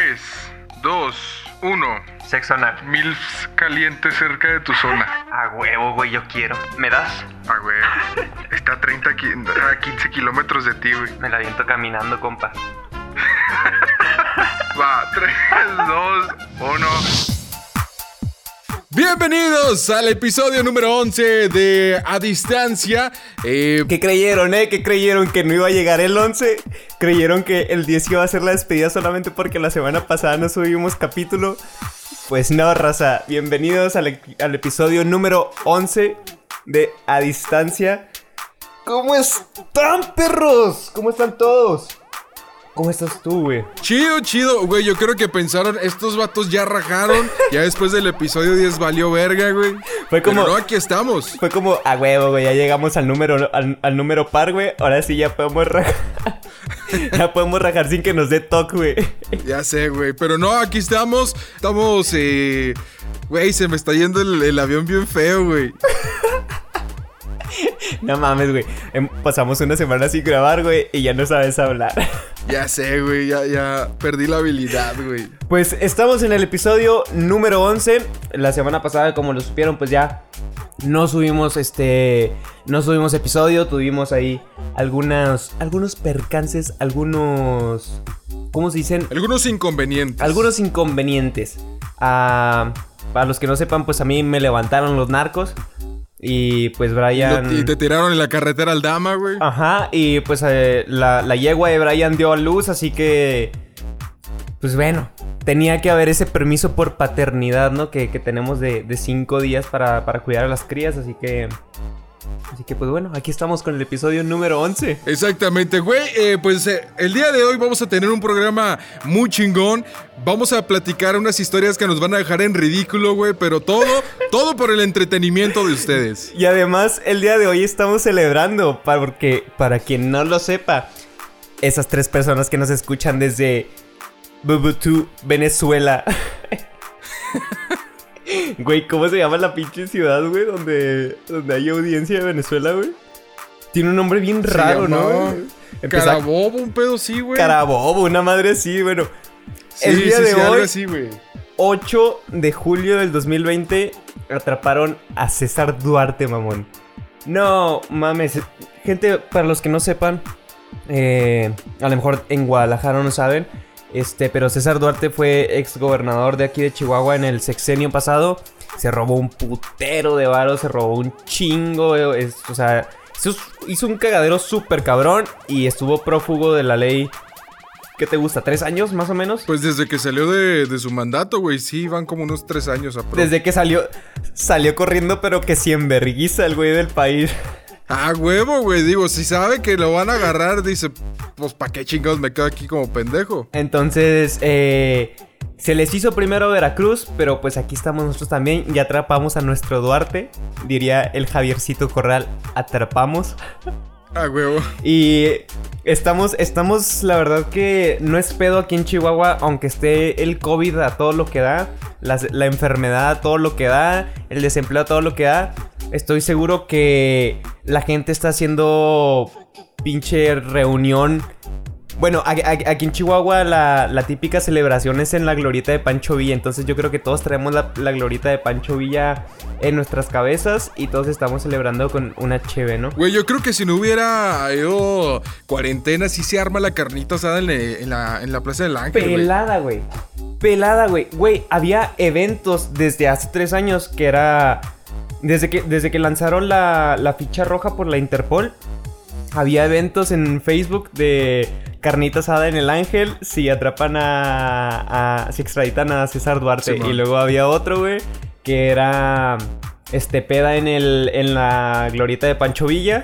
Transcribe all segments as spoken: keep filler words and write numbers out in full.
tres, dos, uno. Sexo anal. Milfs calientes cerca de tu zona. A huevo, güey, yo quiero. ¿Me das? A huevo. Está a treinta, a quince kilómetros de ti, güey. Me la aviento caminando, compa. Va, tres, dos, uno. Bienvenidos al episodio número once de A Distancia. Eh, ¿Qué creyeron, eh? ¿Qué creyeron? ¿Que no iba a llegar el once? ¿Creyeron que el diez iba a ser la despedida solamente porque la semana pasada no subimos capítulo? Pues no, raza. Bienvenidos al, al episodio número once de A Distancia. ¿Cómo están, perros? ¿Cómo están todos? ¿Cómo estás tú, güey? Chido, chido, güey. Yo creo que pensaron, estos vatos ya rajaron. Ya después del episodio diez valió verga, güey. Fue como... Pero no, aquí estamos. Fue como, a huevo, güey. Ya llegamos al número, al, al número par, güey. Ahora sí ya podemos rajar. Ya podemos rajar sin que nos dé toque, güey. Ya sé, güey. Pero no, aquí estamos. Estamos, eh... Güey, se me está yendo el, el avión bien feo, güey. No mames, güey. Pasamos una semana sin grabar, güey, y ya no sabes hablar. Ya sé, güey. Ya, ya perdí la habilidad, güey. Pues estamos en el episodio número once. La semana pasada, como lo supieron, pues ya no subimos este... No subimos episodio. Tuvimos ahí algunas... Algunos percances, algunos... ¿Cómo se dicen? Algunos inconvenientes. Algunos inconvenientes. Uh, para los que no sepan, pues a mí me levantaron los narcos. Y pues Brian... Y te tiraron en la carretera al Dama, güey. Ajá, y pues eh, la, la yegua de Brian dio a luz, así que... Pues bueno, tenía que haber ese permiso por paternidad, ¿no? Que, que tenemos de, de cinco días para, para cuidar a las crías, así que... Así que pues bueno, aquí estamos con el episodio número once. Exactamente, güey. Eh, pues eh, el día de hoy vamos a tener un programa muy chingón. Vamos a platicar unas historias que nos van a dejar en ridículo, güey. Pero todo, todo por el entretenimiento de ustedes. Y además, el día de hoy estamos celebrando, porque para quien no lo sepa, esas tres personas que nos escuchan desde Bubutú, Venezuela. Güey, ¿cómo se llama la pinche ciudad, güey? Donde, donde hay audiencia de Venezuela, güey. Tiene un nombre bien raro, ¿no? Empieza... Carabobo, un pedo así, güey. Carabobo, una madre así, bueno. Sí, el día sí, de sí, hoy, algo así, güey. ocho de julio del dos mil veinte, atraparon a César Duarte, mamón. No, mames. Gente, para los que no sepan, eh, a lo mejor en Guadalajara no saben... Este, pero César Duarte fue ex gobernador de aquí de Chihuahua en el sexenio pasado. Se robó un putero de varo, se robó un chingo. Es, o sea, hizo un cagadero súper cabrón y estuvo prófugo de la ley. ¿Qué te gusta? ¿Tres años más o menos? Pues desde que salió de, de su mandato, güey. Sí, van como unos tres años a pro. Desde que salió, salió corriendo, pero que si enverguiza el güey del país. Ah, huevo, güey. Digo, si sabe que lo van a agarrar, dice, pues, ¿pa' qué chingados me quedo aquí como pendejo? Entonces, eh... se les hizo primero Veracruz, pero pues aquí estamos nosotros también. Ya atrapamos a nuestro Duarte. Diría el Javiercito Corral, atrapamos. Ah, huevo. Y estamos, estamos, la verdad que no es pedo aquí en Chihuahua, aunque esté el COVID a todo lo que da, la, la enfermedad a todo lo que da, el desempleo a todo lo que da. Estoy seguro que la gente está haciendo pinche reunión. Bueno, aquí en Chihuahua la, la típica celebración es en la glorieta de Pancho Villa. Entonces yo creo que todos traemos la, la glorieta de Pancho Villa en nuestras cabezas y todos estamos celebrando con una cheve, ¿no? Güey, yo creo que si no hubiera habido cuarentena, sí se arma la carnita asada en, en, la, en la Plaza del Ángel. Pelada, güey. Pelada, güey. Güey, había eventos desde hace tres años que era... Desde que, desde que lanzaron la, la ficha roja por la Interpol, había eventos en Facebook de carnita asada en el Ángel si atrapan a... a si extraditan a César Duarte. Sí, y luego había otro, güey, que era... Este, peda en el... En la glorieta de Pancho Villa.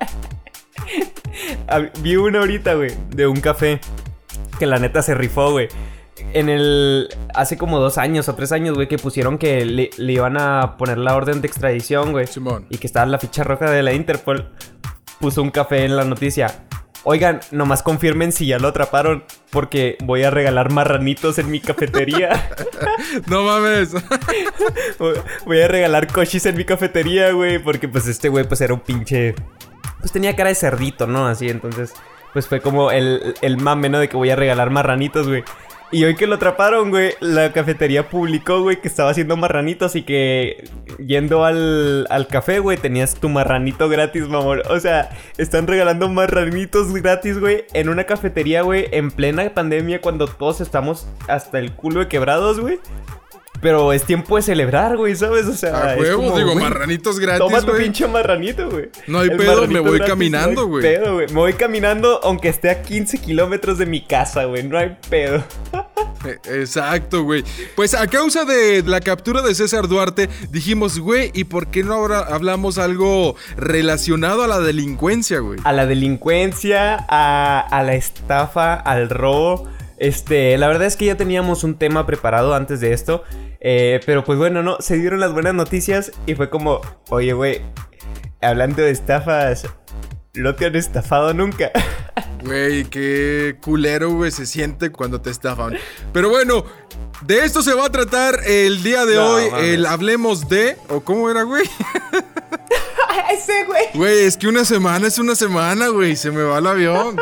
Vi una ahorita, güey, de un café que la neta se rifó, güey. En el... Hace como dos años o tres años, güey, que pusieron que le, le iban a poner la orden de extradición, güey. Simón. Y que estaba la ficha roja de la Interpol. Puso un café en la noticia. Oigan, nomás confirmen si ya lo atraparon, porque voy a regalar marranitos en mi cafetería. No mames. Voy a regalar cochis en mi cafetería, güey, porque pues este güey pues era un pinche... Pues tenía cara de cerdito, ¿no? Así, entonces... Pues fue como el, el mame, ¿no? De que voy a regalar marranitos, güey. Y hoy que lo atraparon, güey, la cafetería publicó, güey, que estaba haciendo marranitos y que yendo al, al café, güey, tenías tu marranito gratis, mamón. O sea, están regalando marranitos gratis, güey, en una cafetería, güey, en plena pandemia cuando todos estamos hasta el culo de quebrados, güey. Pero es tiempo de celebrar, güey, ¿sabes? O sea, a es huevos, como, digo, güey, marranitos gratis, toma tu güey. pinche marranito, güey. No hay El pedo, marranito me voy gratis, caminando, no güey. hay pedo, güey. Me voy caminando aunque esté a quince kilómetros de mi casa, güey. No hay pedo. Eh, Exacto, güey. Pues a causa de la captura de César Duarte, dijimos, güey, ¿y por qué no ahora hablamos algo relacionado a la delincuencia, güey? A la delincuencia, a, a la estafa, al robo. Este, la verdad es que ya teníamos un tema preparado antes de esto. Eh, pero pues bueno, no, se dieron las buenas noticias y fue como, oye, güey, hablando de estafas, ¿no te han estafado nunca? Güey, qué culero, güey, se siente cuando te estafan. Pero bueno, de esto se va a tratar el día de No, hoy. mames. El hablemos de... ¿O cómo era, güey? Ese, güey. Güey, es que una semana es una semana, güey. Se me va el avión.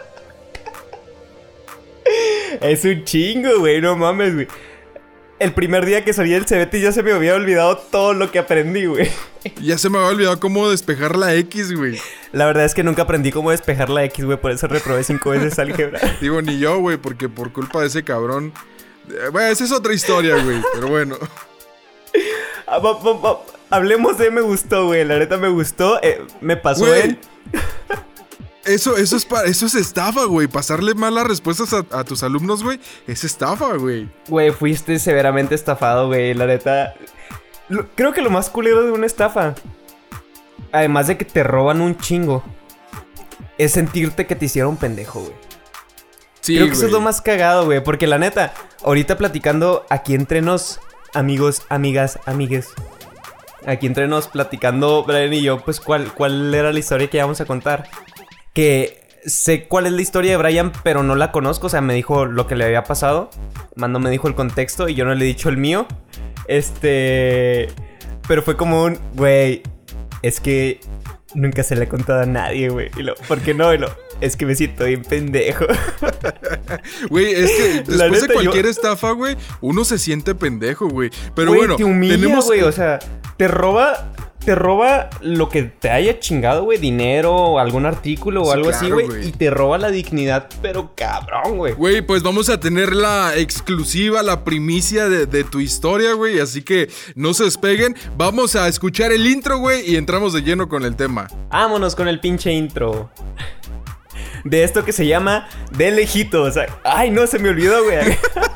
Es un chingo, güey, no mames, güey. El primer día que salí del Cebeti ya se me había olvidado todo lo que aprendí, güey. Ya se me había olvidado cómo despejar la X, güey. La verdad es que nunca aprendí cómo despejar la X, güey. Por eso reprobé cinco veces álgebra. Digo, ni yo, güey, porque por culpa de ese cabrón... eh, Bueno, esa es otra historia, güey. Pero bueno. Ah, va- va- va- Hablemos de me gustó, güey. La neta me gustó. Eh, me pasó Güey. él. Eso, eso, es pa- eso es estafa, güey. Pasarle malas respuestas a, a tus alumnos, güey, es estafa, güey. Güey, fuiste severamente estafado, güey. La neta. Lo- creo que lo más culero de una estafa, además de que te roban un chingo, es sentirte que te hicieron pendejo, güey. Sí, Creo que eso güey. es lo más cagado, güey. Porque la neta, ahorita platicando aquí entre nos, amigos, amigas, amigues. Aquí entre nos platicando, Brian y yo, pues cuál, cuál era la historia que íbamos a contar. Que sé cuál es la historia de Brian, pero no la conozco. O sea, me dijo lo que le había pasado. Mando me dijo el contexto y yo no le he dicho el mío. Este... Pero fue como un... Güey, es que nunca se le he contado a nadie, güey. Y lo... ¿Por qué no? Y lo... Es que me siento bien pendejo. Güey, es que La después de neta, cualquier yo- estafa, güey, uno se siente pendejo, güey. Pero Güey, bueno, te humilla, tenemos... güey. O sea, te roba... Te roba lo que te haya chingado, güey. Dinero o algún artículo o Sí, algo así, claro, güey. güey. Y te roba la dignidad, pero cabrón, güey. Güey, pues vamos a tener la exclusiva, la primicia de, de tu historia, güey. Así que no se despeguen. Vamos a escuchar el intro, güey, y entramos de lleno con el tema. Vámonos con el pinche intro. De esto que se llama De Lejitos. Ay, no, se me olvidó, güey.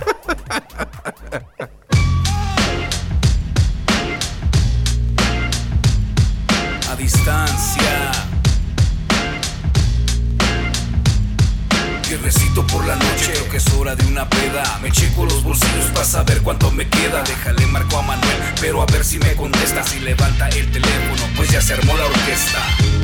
A distancia. Que recito por la noche, creo que es hora de una peda. Me checo los bolsillos para saber cuánto me queda. Déjale marco a Manuel, pero a ver si me contesta. Si levanta el teléfono, pues ya se armó la orquesta.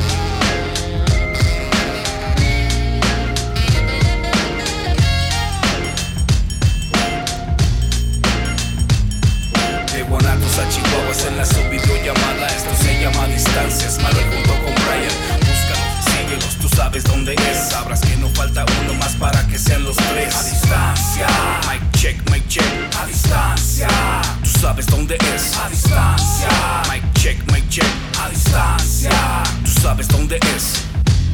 De Guanatos a Chihuahuas en la subvideollamada. Esto se llama distancias. Manuel junto con Brian. Búscalos, síguelos, tú sabes dónde es. Sabrás que no falta uno más para que sean los tres. A distancia. Mic check, mic check. A distancia. Tú sabes dónde es. A distancia. Mic check, mic check. A distancia. Tú sabes dónde es.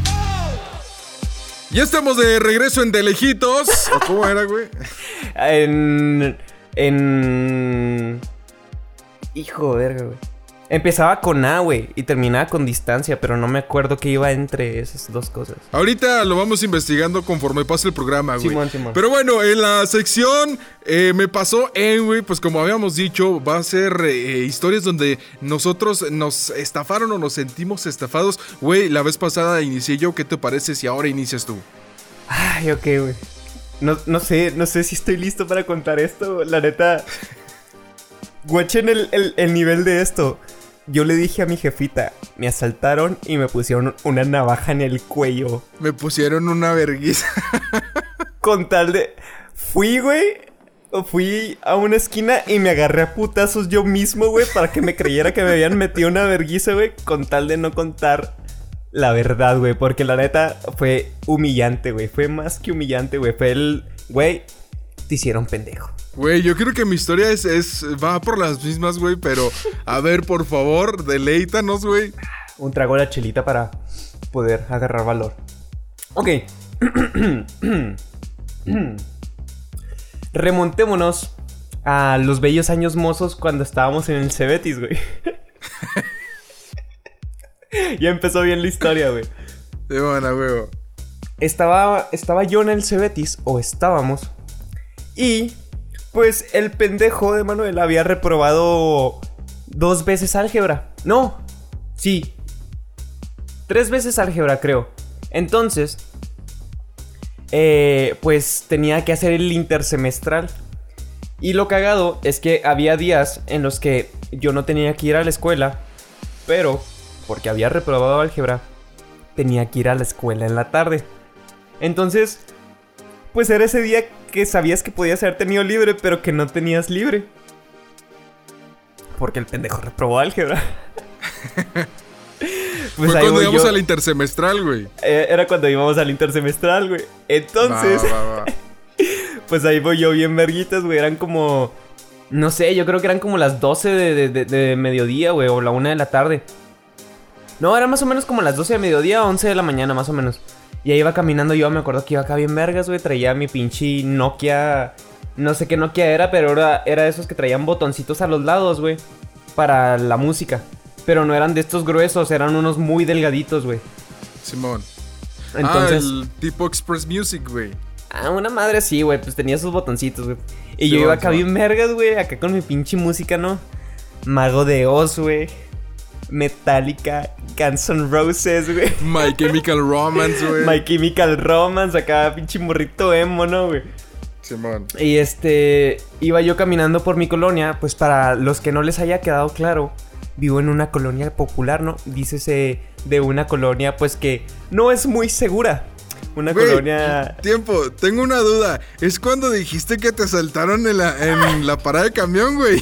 Ya estamos de regreso en De Lejitos. ¿O cómo era, güey? En... En... Hijo de verga, güey. Empezaba con A, güey, y terminaba con distancia, pero no me acuerdo qué iba entre esas dos cosas. Ahorita lo vamos investigando conforme pase el programa, güey. Simón, Simón. Pero bueno, en la sección eh, me pasó en, güey, pues como habíamos dicho, va a ser eh, historias donde nosotros nos estafaron o nos sentimos estafados. Güey, la vez pasada inicié yo, ¿qué te parece si ahora inicias tú? Ay, ok, güey. No, no sé, no sé si estoy listo para contar esto. La neta... Guachen el, el, el nivel de esto. Yo le dije a mi jefita, me asaltaron y me pusieron una navaja en el cuello. Me pusieron una vergüenza. Con tal de... Fui, güey. Fui a una esquina y me agarré a putazos yo mismo, güey, para que me creyera que me habían metido una vergüenza, güey, con tal de no contar la verdad, güey. Porque la neta fue humillante, güey. Fue más que humillante, güey. Fue el... Güey, te hicieron pendejo. Güey, yo creo que mi historia es, es va por las mismas, güey, pero a ver, por favor, deleítanos, güey. Un trago de la chelita para poder agarrar valor. Ok. Remontémonos a los bellos años mozos cuando estábamos en el Cebetis, güey. Ya empezó bien la historia, güey. De buena, güey. Estaba, estaba yo en el Cebetis, o estábamos, y pues el pendejo de Manuel había reprobado dos veces álgebra. No, sí, tres veces álgebra, creo. Entonces, eh, pues tenía que hacer el intersemestral. Y lo cagado es que había días en los que yo no tenía que ir a la escuela, pero porque había reprobado álgebra, tenía que ir a la escuela en la tarde. Entonces, pues era ese día que sabías que podías haber tenido libre, pero que no tenías libre. Porque el pendejo reprobó álgebra. Pues fue cuando íbamos yo... al intersemestral, güey. Eh, era cuando íbamos al intersemestral, güey. Entonces, va, va, va. Pues ahí voy yo bien verguitas, güey. Eran como, no sé, yo creo que eran como las doce de, de, de, de mediodía, güey. O la una de la tarde. No, eran más o menos como las doce de mediodía o once de la mañana, más o menos. Y ahí iba caminando yo, me acuerdo que iba acá bien vergas, güey. Traía mi pinche Nokia. No sé qué Nokia era, pero era, era de esos que traían botoncitos a los lados, güey. Para la música. Pero no eran de estos gruesos, eran unos muy delgaditos, güey. Simón. Entonces, ah, el tipo Express Music, güey. Ah, una madre así, güey. Pues tenía esos botoncitos, güey. Y sí, yo iba acá bien vergas, güey. Acá con mi pinche música, ¿no? Mago de Oz, güey. Metallica, Guns N' Roses, güey. My Chemical Romance, güey. My Chemical Romance, acá pinche morrito emo, ¿no, güey? Simón. Y este, iba yo caminando por mi colonia, pues para los que no les haya quedado claro, vivo en una colonia popular, ¿no? Dícese de una colonia, pues que no es muy segura. Una güey, colonia... Tiempo, tengo una duda. ¿Es cuando dijiste que te asaltaron en la, en la parada de camión, güey?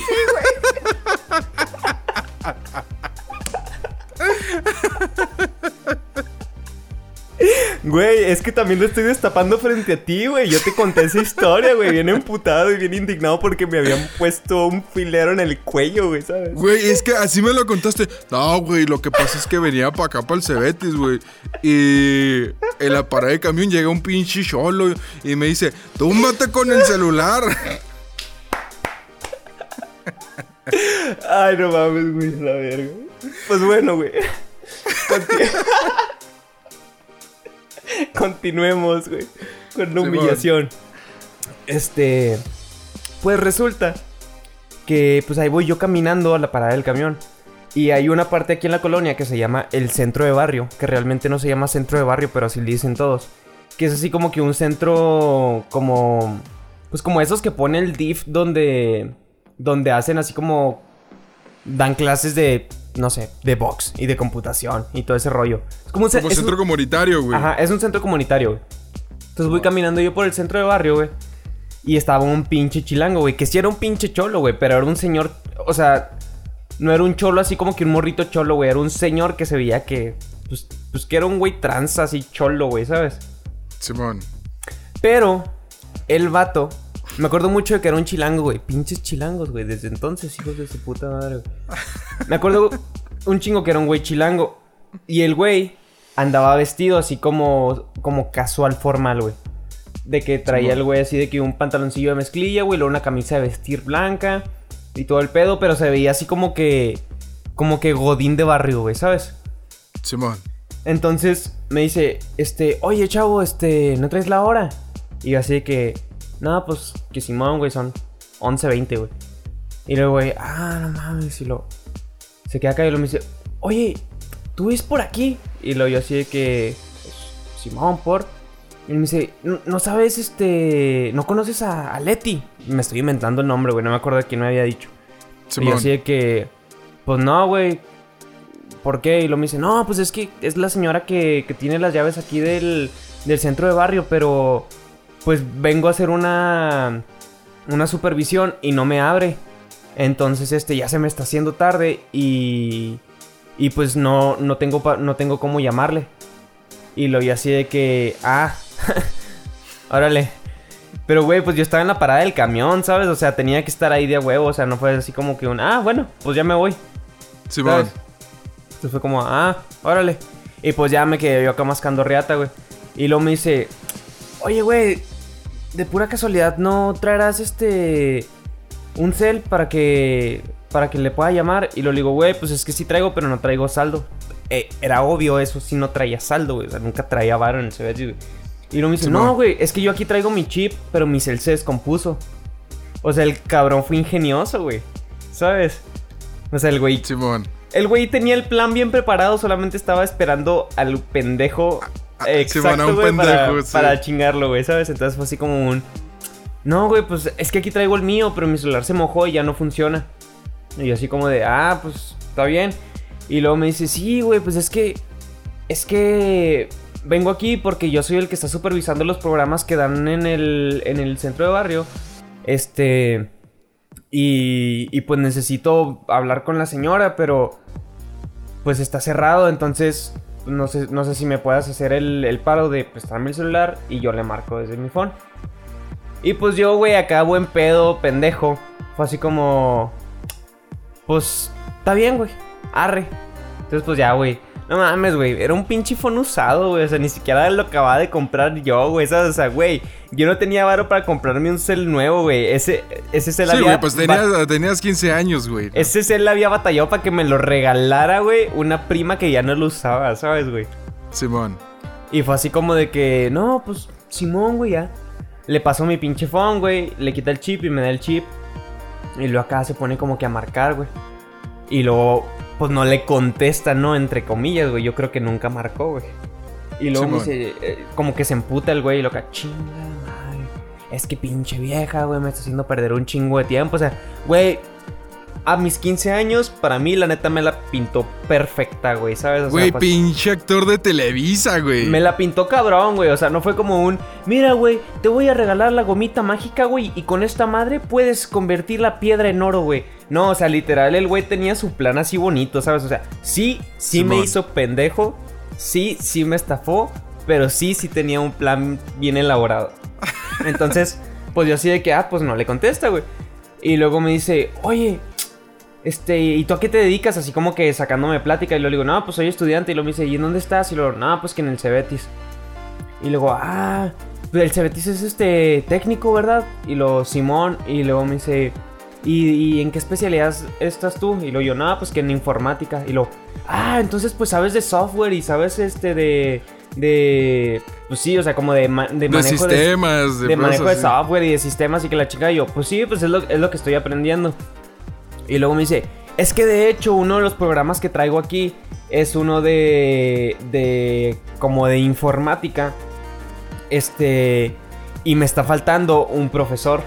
Güey, es que también lo estoy destapando frente a ti, güey. Yo te conté esa historia, güey. Bien emputado y bien indignado porque me habían puesto un filero en el cuello, güey, ¿sabes? Güey, es que así me lo contaste. No, güey, lo que pasa es que venía para acá, para el Cebetis, güey. Y en la parada de camión llega un pinche cholo y me dice, túmbate con el celular. Ay, no mames, güey, la verga. Pues bueno, güey. Continu- Continuemos, güey, con la humillación. Este, pues resulta que pues ahí voy yo caminando a la parada del camión. Y hay una parte aquí en la colonia que se llama el centro de barrio, que realmente no se llama centro de barrio, pero así le dicen todos. Que es así como que un centro como, pues como esos que pone el D I F donde, donde hacen así como, dan clases de, no sé, de box y de computación y todo ese rollo. Es como un, como es centro un, comunitario, güey. Ajá, es un centro comunitario, güey. Entonces voy caminando yo por el centro de barrio, güey. Y estaba un pinche chilango, güey. Que sí era un pinche cholo, güey. Pero era un señor, o sea, no era un cholo así como que un morrito cholo, güey. Era un señor que se veía que, pues, pues que era un güey trans así cholo, güey, ¿sabes? Simón. Pero el vato, me acuerdo mucho de que era un chilango, güey. Pinches chilangos, güey. Desde entonces, hijos de su puta madre, güey. Me acuerdo un chingo que era un güey chilango. Y el güey andaba vestido así como, como casual formal, güey. De que traía el güey así de que un pantaloncillo de mezclilla, güey. Luego una camisa de vestir blanca. Y todo el pedo, pero se veía así como que... Como que godín de barrio, güey, ¿sabes? Simón. Entonces me dice, este... Oye, chavo, este... ¿no traes la hora? Y yo así de que... No, pues... Que Simón, güey, son once veinte, güey. Y luego, güey... Ah, no mames. Y lo... Se queda acá y lo me dice... Oye, ¿tú ves por aquí? Y luego yo así de que... Pues, Simón, por... Y me dice... ¿No, no sabes, este... ¿No conoces a, a Leti? Me estoy inventando el nombre, güey. No me acuerdo de quién me había dicho. Simón. Y yo así de que... Pues no, güey. ¿Por qué? Y luego me dice... No, pues es que es la señora que, que tiene las llaves aquí del... Del centro de barrio, pero... Pues vengo a hacer una... Una supervisión y no me abre. Entonces, este... Ya se me está haciendo tarde y... Y pues no, no tengo pa- no tengo cómo llamarle. Y lo vi así de que... Ah... Órale. Pero, güey, pues yo estaba en la parada del camión, ¿sabes? O sea, tenía que estar ahí de huevo. O sea, no fue así como que un... Ah, bueno, pues ya me voy. Sí, ¿sabes? man. Entonces fue como... Ah, órale. Y pues ya me quedé yo acá mascando riata, güey. Y luego me dice... Oye, güey, de pura casualidad, ¿no traerás este... un cel para que... para que le pueda llamar? Y lo digo, güey, pues es que sí traigo, pero no traigo saldo. Eh, era obvio eso, sí no traía saldo, güey. O sea, nunca traía varo en el C B H, güey. Y luego me dice, Sí, no, man. güey, es que yo aquí traigo mi chip, pero mi cel se descompuso. O sea, el cabrón fue ingenioso, güey. ¿Sabes? O sea, el güey... Simón. El güey tenía el plan bien preparado, solamente estaba esperando al pendejo Ah, exacto, Simón, a un güey, para, pendejo, sí. para chingarlo, güey, ¿sabes? Entonces fue así como un... No, güey, pues es que aquí traigo el mío, pero mi celular se mojó y ya no funciona. Y yo así como de, ah, pues está bien. Y luego me dice, sí, güey, pues es que... Es que... Vengo aquí porque yo soy el que está supervisando los programas que dan en el, en el centro de barrio. Este... Y, y pues necesito hablar con la señora, pero... Pues está cerrado, entonces... No sé, no sé si me puedas hacer el, el paro de prestarme el celular y yo le marco desde mi phone. Y pues yo, güey, acá buen pedo, pendejo. Fue así como... Pues... Está bien, güey. Arre. Entonces pues ya, güey. No mames, güey. Era un pinche phone usado, güey. O sea, ni siquiera lo acababa de comprar yo, güey. ¿Sabes? O sea, güey. Yo no tenía varo para comprarme un cel nuevo, güey. Ese, ese cel Sí, había... güey, pues tenías, tenías quince años, güey. Ese cel había batallado para que me lo regalara, güey. Una prima que ya no lo usaba, ¿sabes, güey? Simón. Y fue así como de que... No, pues... Simón, güey, ya. Le pasó mi pinche phone, güey. Le quita el chip y me da el chip. Y luego acá se pone como que a marcar, güey. Y luego... Pues no le contesta, ¿no? Entre comillas, güey. Yo creo que nunca marcó, güey. Y luego me dice... eh, como que se emputa el güey y lo que... Chinga madre. Es que pinche vieja, güey. Me está haciendo perder un chingo de tiempo. O sea, güey... A mis quince años, para mí, la neta, me la pintó perfecta, güey. ¿Sabes? O sea, Güey, pues, pinche actor de Televisa, güey. me la pintó cabrón, güey. O sea, no fue como un... Mira, güey, te voy a regalar la gomita mágica, güey. Y con esta madre puedes convertir la piedra en oro, güey. No, o sea, literal, el güey tenía su plan así bonito, ¿sabes? O sea, sí, sí Simón. me hizo pendejo. Sí, sí me estafó. Pero sí, sí tenía un plan bien elaborado. Entonces, pues yo así de que... Ah, pues no le contesta, güey. Y luego me dice... Oye... Este, ¿y tú a qué te dedicas? Así como que sacándome plática. Y luego le digo, no, pues soy estudiante. Y luego me dice, ¿y en dónde estás? Y luego, no, pues que en el Cebetis. Y luego, ah, el Cebetis es este técnico, ¿verdad? Y luego, Simón. Y luego me dice, ¿y, y en qué especialidad estás tú? Y luego yo, no, pues que en informática. Y luego, ah, entonces pues sabes de software y sabes este de... De... Pues sí, o sea, como de, ma- de De manejo sistemas, de, de de manejo de cosas así. software y de sistemas y que la chica. Y yo, pues sí, pues es lo, es lo que estoy aprendiendo. Y luego me dice, es que de hecho uno de los programas que traigo aquí es uno de... De... Como de informática. Este... Y me está faltando un profesor.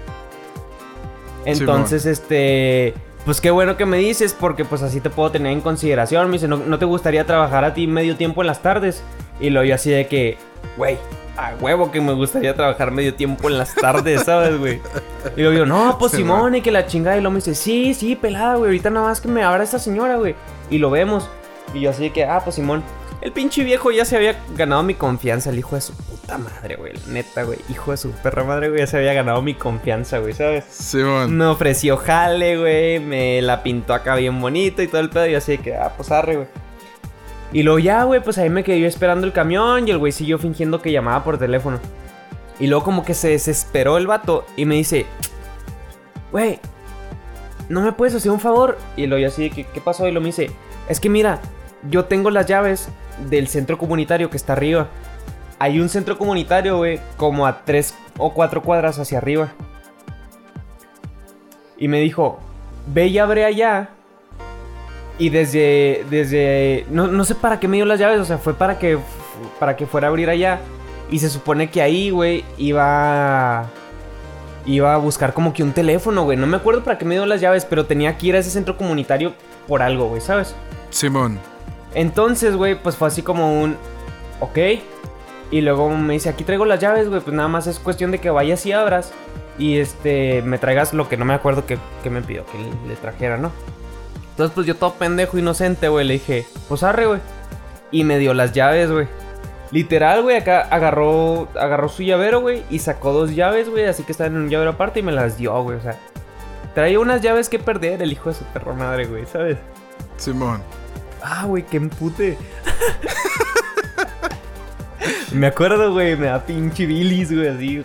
Entonces, Simón. este... Pues qué bueno que me dices porque pues así te puedo tener en consideración. Me dice, ¿no, no te gustaría trabajar a ti medio tiempo en las tardes? Y luego yo así de que, güey, a huevo que me gustaría trabajar medio tiempo en las tardes, ¿sabes, güey? Y luego yo, no, pues Sí, Simón, y que la chingada. Y luego me dice, sí, sí, pelada, güey, ahorita nada más que me abra esta señora, güey. Y lo vemos. Y yo así de que, ah, pues Simón. El pinche viejo ya se había ganado mi confianza, el hijo de su puta madre, güey. Neta, güey, hijo de su perra madre, güey, ya se había ganado mi confianza, güey, ¿sabes? Simón. Me ofreció jale, güey. Me la pintó acá bien bonito y todo el pedo. Y yo así de que, ah, pues arre, güey. Y luego ya, güey, pues ahí me quedé yo esperando el camión. Y el güey siguió fingiendo que llamaba por teléfono. Y luego como que se desesperó el vato. Y me dice, güey, ¿no me puedes hacer un favor? Y luego yo así de que, ¿qué pasó? Y lo me dice, es que mira, yo tengo las llaves del centro comunitario que está arriba. Hay un centro comunitario, güey, como a tres o cuatro cuadras hacia arriba. Y me dijo, ve y abre allá. Y desde, desde, no, no sé para qué me dio las llaves, o sea, fue para que, para que fuera a abrir allá. Y se supone que ahí, güey, iba, iba a buscar como que un teléfono, güey. No me acuerdo para qué me dio las llaves, pero tenía que ir a ese centro comunitario por algo, güey, ¿sabes? Simón. Entonces, güey, pues fue así como un... Ok. Y luego me dice, aquí traigo las llaves, güey. Pues nada más es cuestión de que vayas y abras. Y este, me traigas lo que no me acuerdo que, que me pidió que le, le trajera, ¿no? Entonces, pues yo todo pendejo, inocente, güey, le dije, pues arre, güey. Y me dio las llaves, güey. Literal, güey, acá agarró, agarró su llavero, güey, y sacó dos llaves, güey, así que estaban en un llavero aparte y me las dio, güey, o sea. Traía unas llaves que perder, el hijo de su perro madre, güey, ¿sabes? Simón. Ah, güey, qué empute. Me acuerdo, güey, me da pinche bilis, güey, así.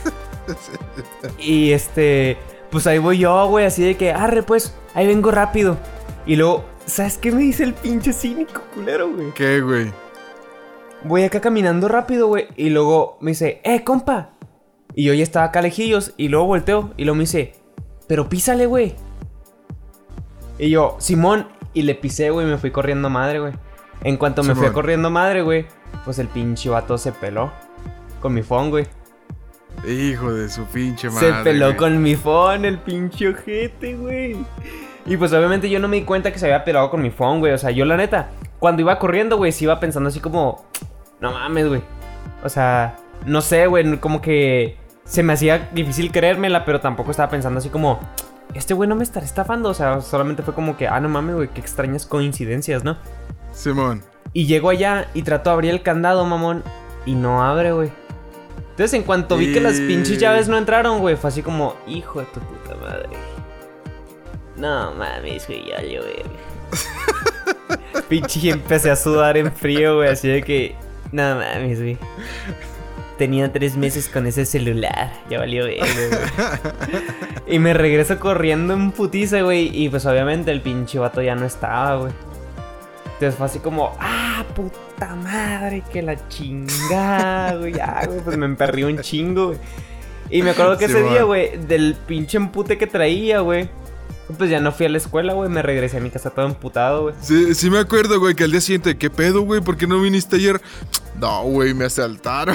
Y este, pues ahí voy yo, güey, así de que, arre, pues, ahí vengo rápido. Y luego, ¿sabes qué me dice el pinche cínico culero, güey? ¿Qué, güey? Voy acá caminando rápido, güey, y luego me dice, eh, compa. Y yo ya estaba acá lejillos, y luego volteo, y luego me dice, pero písale, güey. Y yo, Simón, y le pisé, güey, y me fui corriendo madre, güey. En cuanto me Simón. fui corriendo madre, güey, pues el pinche vato se peló con mi phone, güey. Hijo de su pinche madre. Se peló güey. con mi phone, el pinche ojete, güey. Y pues obviamente yo no me di cuenta que se había pelado con mi phone, güey. O sea, yo la neta, cuando iba corriendo, güey, sí iba pensando así como, no mames, güey. O sea, no sé, güey, como que se me hacía difícil creérmela, pero tampoco estaba pensando así como, este güey no me estará estafando. O sea, solamente fue como que, ah, no mames, güey, qué extrañas coincidencias, ¿no? Simón. Y llego allá y trato de abrir el candado, mamón, y no abre, güey. Entonces, en cuanto vi y... que las pinches llaves no entraron, güey, fue así como, hijo de tu puta madre. No mames, güey, ya yo, güey. Pinche, empecé a sudar en frío, güey, así de que, no mames, güey. Tenía tres meses con ese celular, ya valió, güey. Y me regreso corriendo en putiza, güey, y pues obviamente el pinche vato ya no estaba, güey. Entonces fue así como, ah, puta madre, que la chingada, güey. Ya, güey, pues me emperrí un chingo, güey. Y me acuerdo que Sí, ese man. día, güey, del pinche empute que traía, güey, pues ya no fui a la escuela, güey. Me regresé a mi casa todo emputado, güey. Sí, sí me acuerdo, güey, que al día siguiente, ¿qué pedo, güey? ¿Por qué no viniste ayer? No, güey, me asaltaron.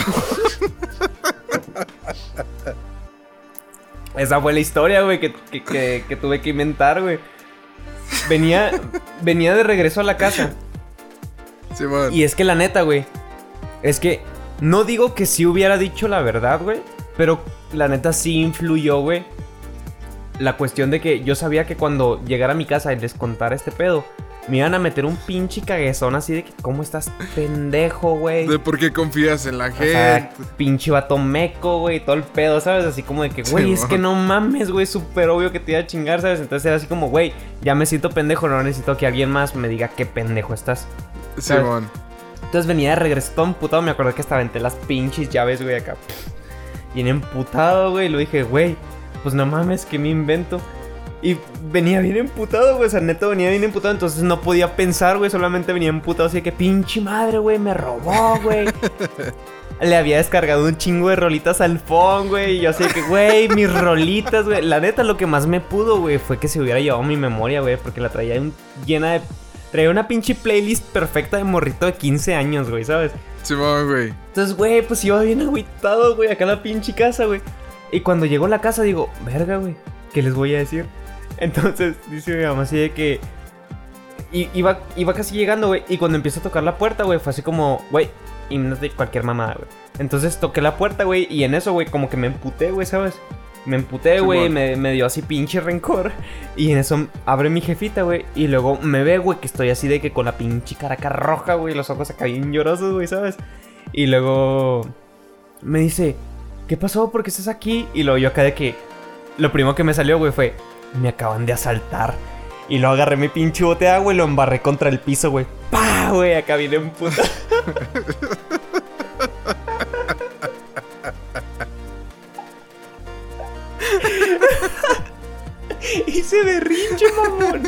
Esa fue la historia, güey, que, que, que, que tuve que inventar, güey. Venía, venía de regreso a la casa. Simón. Y es que la neta, güey, es que no digo que sí hubiera dicho la verdad, güey, pero la neta sí influyó, güey, la cuestión de que yo sabía que cuando llegara a mi casa y les contara este pedo, me iban a meter un pinche caguezón así de que, ¿cómo estás, pendejo, güey? ¿De por qué confías en la O gente? sea, pinche vato meco, güey, todo el pedo, ¿sabes? Así como de que, güey, Sí, es man. que no mames, güey, súper obvio que te iba a chingar, ¿sabes? Entonces era así como, güey, ya me siento pendejo, no necesito que alguien más me diga qué pendejo estás. Simón. Entonces venía de regreso todo emputado, me acuerdo que hasta aventé las pinches llaves, güey, acá. Bien emputado, güey, lo dije, güey, pues no mames, que me invento. Y venía bien emputado, güey, o sea, neto venía bien emputado, entonces no podía pensar, güey, solamente venía emputado, así que pinche madre, güey, me robó, güey. Le había descargado un chingo de rolitas al phone, güey, y yo así que, güey, mis rolitas, güey. La neta, lo que más me pudo, güey, fue que se hubiera llevado mi memoria, güey, porque la traía un- llena de... Traía una pinche playlist perfecta de morrito de quince años, güey, ¿sabes? Simón, güey. Entonces, güey, pues iba bien agüitado, güey, acá a la pinche casa, güey. Y cuando llegó a la casa digo, verga, güey, ¿qué les voy a decir? Entonces, dice mi mamá así de que... i- Iba, iba casi llegando, güey, y cuando empiezo a tocar la puerta, güey, fue así como, güey, y no de cualquier mamada, güey. Entonces toqué la puerta, güey, y en eso, güey, como que me emputé, güey, ¿sabes? Me emputé, güey, Simón. me, me dio así pinche rencor. Y en eso abre mi jefita, güey, y luego me ve, güey, que estoy así de que con la pinche caraca roja, güey, los ojos acá bien llorosos, güey, ¿sabes? Y luego me dice, ¿qué pasó? ¿Por qué estás aquí? Y luego yo acá de que... Lo primero que me salió, güey, fue... Me acaban de asaltar. Y luego agarré mi pinche bote de agua y lo embarré contra el piso, güey. ¡Pah, güey! Acá viene en puta. Hice berrinche, mamón.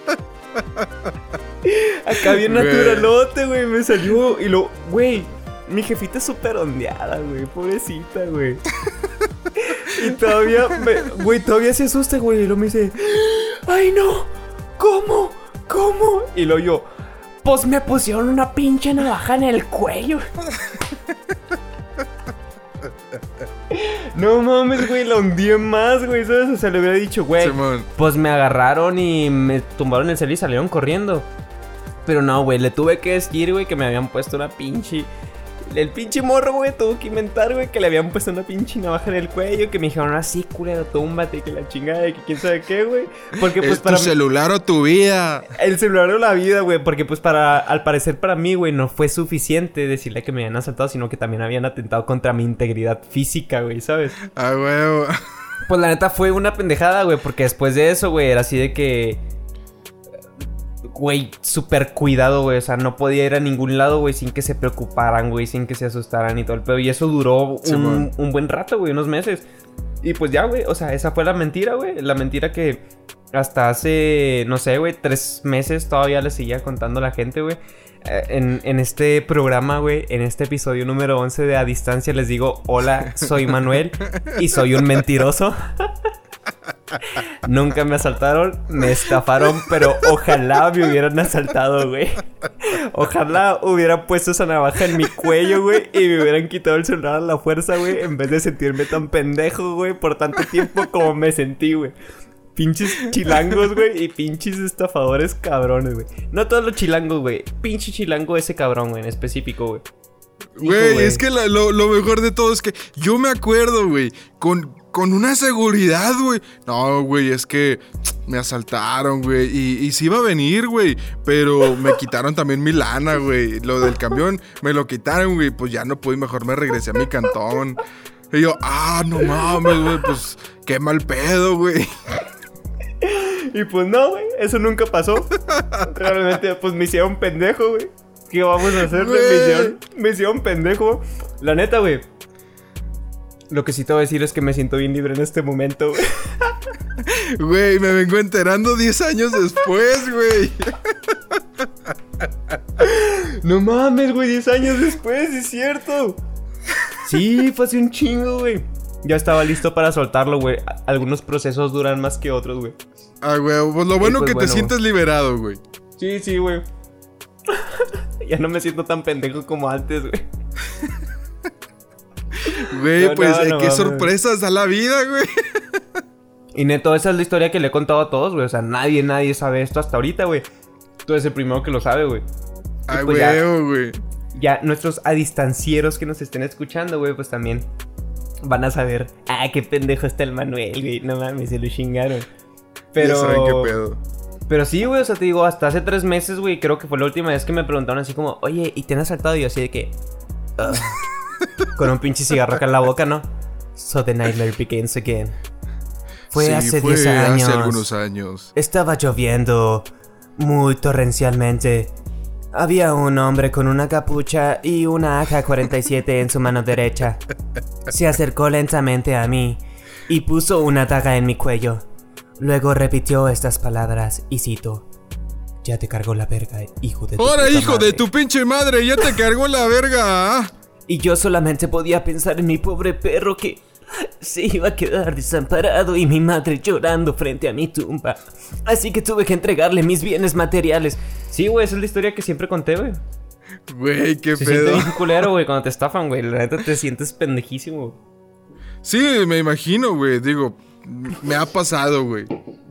Acá bien Güey. naturalote, güey. Me salió. Y lo, güey. Mi jefita es súper ondeada, güey. Pobrecita, güey. Y todavía, me- güey, todavía se asusta, güey. Y luego me dice, ¡ay, no! ¿Cómo? ¿Cómo? Y luego yo, pues me pusieron una pinche navaja en el cuello. No mames, güey, la hundí más, güey, ¿sabes? O sea, le hubiera dicho, güey, Simón. pues me agarraron y me tumbaron el cel y salieron corriendo. Pero no, güey, le tuve que decir, güey, que me habían puesto una pinche el pinche morro, güey, tuvo que inventar, güey, que le habían puesto una pinche navaja en el cuello, que me dijeron así, culero, túmbate, que la chingada, que quién sabe qué, güey. Porque pues ¿Es para tu mí- celular o tu vida? el celular o la vida, güey, porque pues para, al parecer para mí, güey, no fue suficiente decirle que me habían asaltado, sino que también habían atentado contra mi integridad física, güey, ¿sabes? Ah, huevo. Pues la neta fue una pendejada, güey, porque después de eso, güey, era así de que... Güey, súper cuidado, güey, o sea, no podía ir a ningún lado, güey, sin que se preocuparan, güey, sin que se asustaran y todo el pedo. Y eso duró Sí, un, man. un buen rato, güey, unos meses. Y pues ya, güey, o sea, esa fue la mentira, güey, la mentira que hasta hace, no sé, güey, tres meses todavía le seguía contando a la gente, güey. Eh, En, en este programa, güey, en este episodio número once de A Distancia les digo, hola, soy Manuel y soy un mentiroso. Nunca me asaltaron, me estafaron, pero ojalá me hubieran asaltado, güey. Ojalá hubieran puesto esa navaja en mi cuello, güey, y me hubieran quitado el celular a la fuerza, güey, en vez de sentirme tan pendejo, güey, por tanto tiempo como me sentí, güey. Pinches chilangos, güey, y pinches estafadores cabrones, güey. No todos los chilangos, güey. Pinche chilango ese cabrón, güey, en específico, güey. Güey, güey. es que la- lo, lo mejor de todo es que yo me acuerdo, güey, con, con una seguridad, güey. No, güey, es que me asaltaron, güey, y, y sí iba a venir, güey, pero me quitaron también mi lana, güey. Lo del camión me lo quitaron, güey, pues ya no pude, mejor me regresé a mi cantón. Y yo, ah, no mames, güey, pues qué mal pedo, güey. Y pues no, güey, eso nunca pasó. Realmente, pues me hicieron pendejo, güey. ¿Qué vamos a hacer? Güey. Me hicieron, me hicieron pendejo. La neta, güey. Lo que sí te voy a decir es que me siento bien libre en este momento, güey. Güey, me vengo enterando diez años después, güey. No mames, güey, diez años después, es cierto. Sí, fue hace un chingo, güey. Ya estaba listo para soltarlo, güey. A- Algunos procesos duran más que otros, güey. Ah, güey, pues lo bueno pues que bueno. te sientes liberado, güey. Sí, sí, güey. Ya no me siento tan pendejo como antes, güey. Güey, No, pues no, eh, no qué mames. sorpresas da la vida, güey. Y neto, esa es la historia que le he contado a todos, güey. O sea, nadie, nadie sabe esto hasta ahorita, güey. Tú eres el primero que lo sabe, güey. Ah, pues ya- güey, güey. Ya nuestros adistancieros que nos estén escuchando, güey, pues también van a saber. Ah, qué pendejo está el Manuel, güey. No mames, se lo chingaron. Pero... Ya saben qué pedo. Pero sí, güey, o sea, te digo, hasta hace tres meses, güey, creo que fue la última vez que me preguntaron así como, oye, ¿y te han asaltado? Y yo así de que... "Ah", con un pinche cigarro acá en la boca, ¿no? So the nightmare begins again. Fue Sí, hace fue diez años. hace algunos años. Estaba lloviendo muy torrencialmente. Había un hombre con una capucha y una A K cuarenta y siete en su mano derecha. Se acercó lentamente a mí y puso una daga en mi cuello. Luego repitió estas palabras y cito: "Ya te cargó la verga, hijo de tu ¡Ahora, puta hijo madre". de tu pinche madre! ¡Ya te cargó la verga! ¿Ah? Y yo solamente podía pensar en mi pobre perro que se iba a quedar desamparado y mi madre llorando frente a mi tumba. Así que tuve que entregarle mis bienes materiales. Sí, güey, esa es la historia que siempre conté, güey. Güey, qué Se siente pedo. bien culero, güey, cuando te estafan, güey. La neta te sientes pendejísimo. Sí, me imagino, güey. Digo, me ha pasado, güey.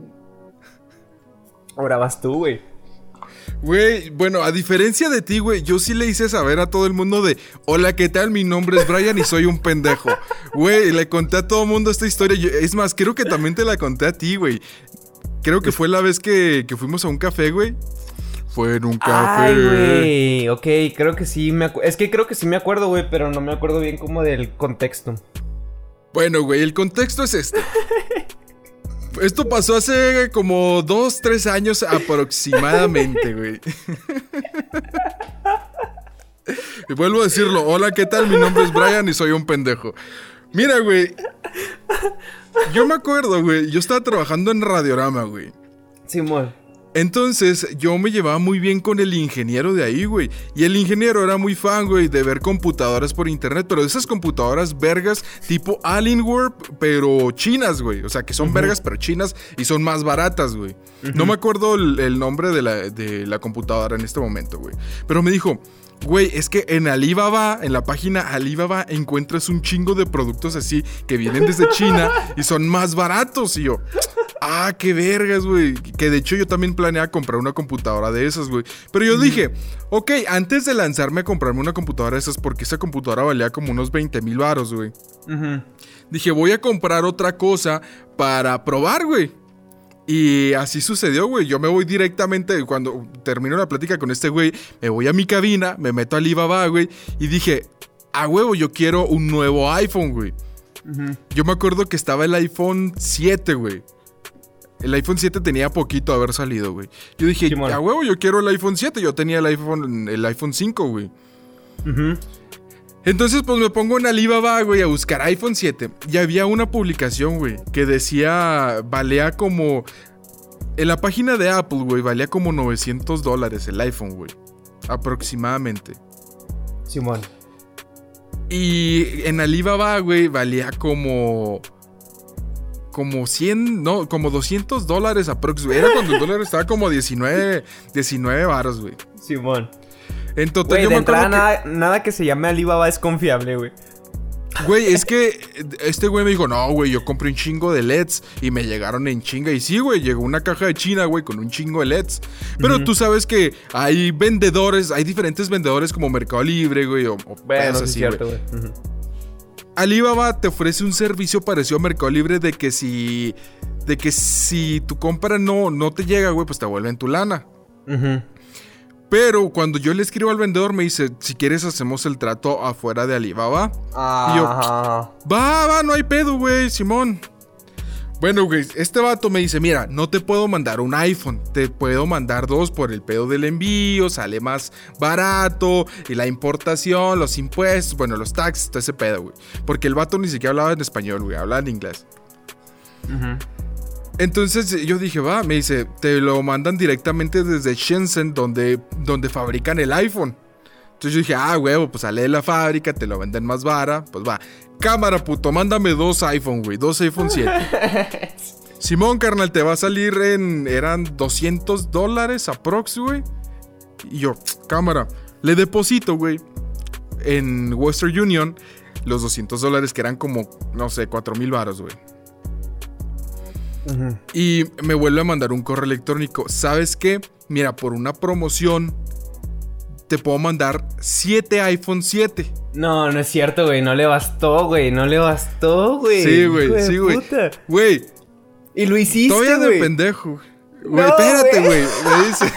Ahora vas tú, güey. Güey, bueno, a diferencia de ti, güey, yo sí le hice saber a todo el mundo de: hola, ¿qué tal? Mi nombre es Brian y soy un pendejo. Güey, le conté a todo el mundo esta historia. Yo- es más, creo que también te la conté a ti, güey. Creo que fue la vez que, que fuimos a un café, güey. Fue en un café. Ay, güey. Ok, creo que sí me acuerdo. Es que creo que sí me acuerdo, güey, pero no me acuerdo bien como del contexto. Bueno, güey, el contexto es este. Esto pasó hace como dos, tres años aproximadamente, güey. Y vuelvo a decirlo: hola, ¿qué tal? Mi nombre es Brian y soy un pendejo. Mira, güey. Yo me acuerdo, güey. Yo estaba trabajando en Radiorama, güey. Simón. Entonces, yo me llevaba muy bien con el ingeniero de ahí, güey. Y el ingeniero era muy fan, güey, de ver computadoras por internet. Pero de esas computadoras vergas tipo Alienware, pero chinas, güey. O sea, que son vergas, pero chinas y son más baratas, güey. No me acuerdo el, el nombre de la, de la computadora en este momento, güey. Pero me dijo: güey, es que en Alibaba, en la página Alibaba, encuentras un chingo de productos así que vienen desde China y son más baratos. Y yo: ah, qué vergas, güey. Que de hecho yo también planeaba comprar una computadora de esas, güey. Pero yo dije, ok, antes de lanzarme a comprarme una computadora de esas, porque esa computadora valía como unos veinte mil varos, güey. Uh-huh. Dije, voy a comprar otra cosa para probar, güey. Y así sucedió, güey. Yo me voy directamente, cuando termino la plática con este güey, me voy a mi cabina, me meto a Alibaba, güey. Y dije, a huevo, yo quiero un nuevo iPhone, güey. Uh-huh. Yo me acuerdo que estaba el iPhone siete, güey. El iPhone siete tenía poquito de haber salido, güey. Yo dije, Simón, a huevo, yo quiero el iPhone siete. Yo tenía el iPhone, el iPhone cinco, güey. Uh-huh. Entonces, pues me pongo en Alibaba, güey, a buscar iPhone siete. Y había una publicación, güey, que decía, valía como... En la página de Apple, güey, valía como novecientos dólares el iPhone, güey. Aproximadamente. Simón. Y en Alibaba, güey, valía como... Como cien, no, como doscientos dólares aproximadamente. Era cuando el dólar estaba como diecinueve, diecinueve varos, güey. Simón. En total, güey, yo de me entrada, acuerdo nada, que... nada que se llame Alibaba es confiable, güey. Güey, es que este güey me dijo, no, güey, yo compré un chingo de L E Ds y me llegaron en chinga. Y sí, güey, llegó una caja de China, güey, con un chingo de L E Ds. Pero uh-huh. tú sabes que hay vendedores, hay diferentes vendedores como Mercado Libre, güey, o, o bueno, sí, así, cierto, güey. güey. Uh-huh. Alibaba te ofrece un servicio parecido a Mercado Libre de que si... De que si tu compra no, no te llega, güey, pues te vuelven tu lana. Uh-huh. Pero cuando yo le escribo al vendedor, me dice, si quieres hacemos el trato afuera de Alibaba. Ah. Y yo, va, va, no hay pedo, güey, Simón. Bueno, güey, este vato me dice, mira, no te puedo mandar un iPhone, te puedo mandar dos por el pedo del envío, sale más barato, y la importación, los impuestos, bueno, los taxes, todo ese pedo, güey. Porque el vato ni siquiera hablaba en español, güey, hablaba en inglés. Uh-huh. Entonces yo dije, va, me dice, te lo mandan directamente desde Shenzhen, donde, donde fabrican el iPhone. Entonces yo dije, ah, huevo, pues sale de la fábrica, te lo venden más vara, pues va. Cámara, puto, mándame dos iPhone, güey, dos iPhone siete. Simón, carnal, te va a salir en, eran doscientos dólares aprox, güey. Y yo, cámara, le deposito, güey, en Western Union, los doscientos dólares que eran como, no sé, cuatro mil varos, güey. Uh-huh. Y me vuelve a mandar un correo electrónico. ¿Sabes qué? Mira, por una promoción te puedo mandar siete iPhone siete. No, no es cierto, güey. No le bastó, güey. No le bastó, güey. Sí, güey. Sí, güey. Güey. Y lo hiciste, güey. Todavía de pendejo. Güey, no, espérate, güey. Me dice...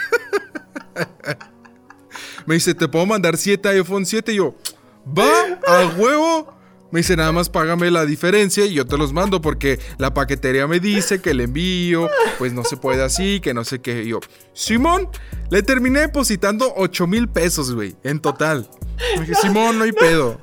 Me dice, te puedo mandar siete iPhone siete. Y yo, va, a huevo. Me dice, nada más págame la diferencia y yo te los mando porque la paquetería me dice que el envío, pues no se puede así, que no sé qué. Y yo, Simón, le terminé depositando ocho mil pesos, güey, en total. Me dije, Simón, no hay pedo.